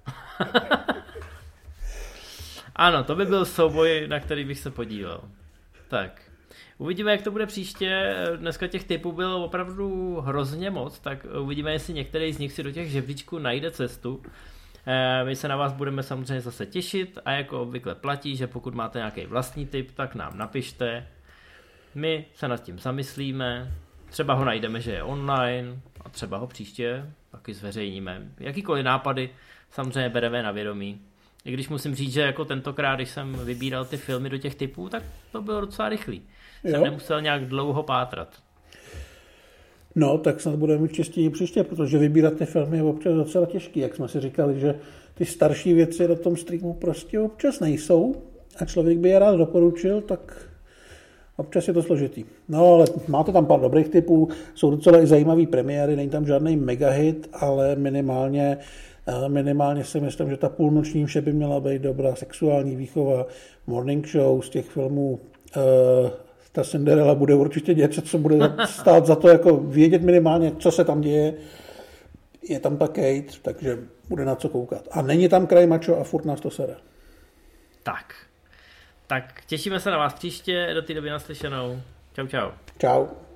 Ano, to by byl souboj, na který bych se podíval. Tak, uvidíme, jak to bude příště. Dneska těch typů bylo opravdu hrozně moc, tak uvidíme, jestli některý z nich si do těch žebříčků najde cestu. My se na vás budeme samozřejmě zase těšit a jako obvykle platí, že pokud máte nějaký vlastní tip, tak nám napište. My se nad tím zamyslíme, třeba ho najdeme, že je online a třeba ho příště taky zveřejníme. Jakýkoliv nápady samozřejmě bereme na vědomí. I když musím říct, že jako tentokrát, když jsem vybíral ty filmy do těch typů, tak to bylo docela rychlý. Jsem nemusel nějak dlouho pátrat. No, tak snad budeme mít štěstí příště, protože vybírat ty filmy je občas docela těžký. Jak jsme si říkali, že ty starší věci na tom streamu prostě občas nejsou a člověk by je rád doporučil, tak občas je to složitý. No, ale máte tam pár dobrých typů, jsou docela i zajímavý premiéry, není tam žádný megahit, ale minimálně si myslím, že ta půlnoční vše by měla být dobrá, Sexuální výchova, Morning Show z těch filmů. Ta Cinderella bude určitě něco, co bude stát za to jako vědět minimálně, co se tam děje. Je tam ta Kate, takže bude na co koukat. A není tam Kraj macho a furt nás to sere. Tak těšíme se na vás příště, do té doby naslyšenou. Čau. Čau.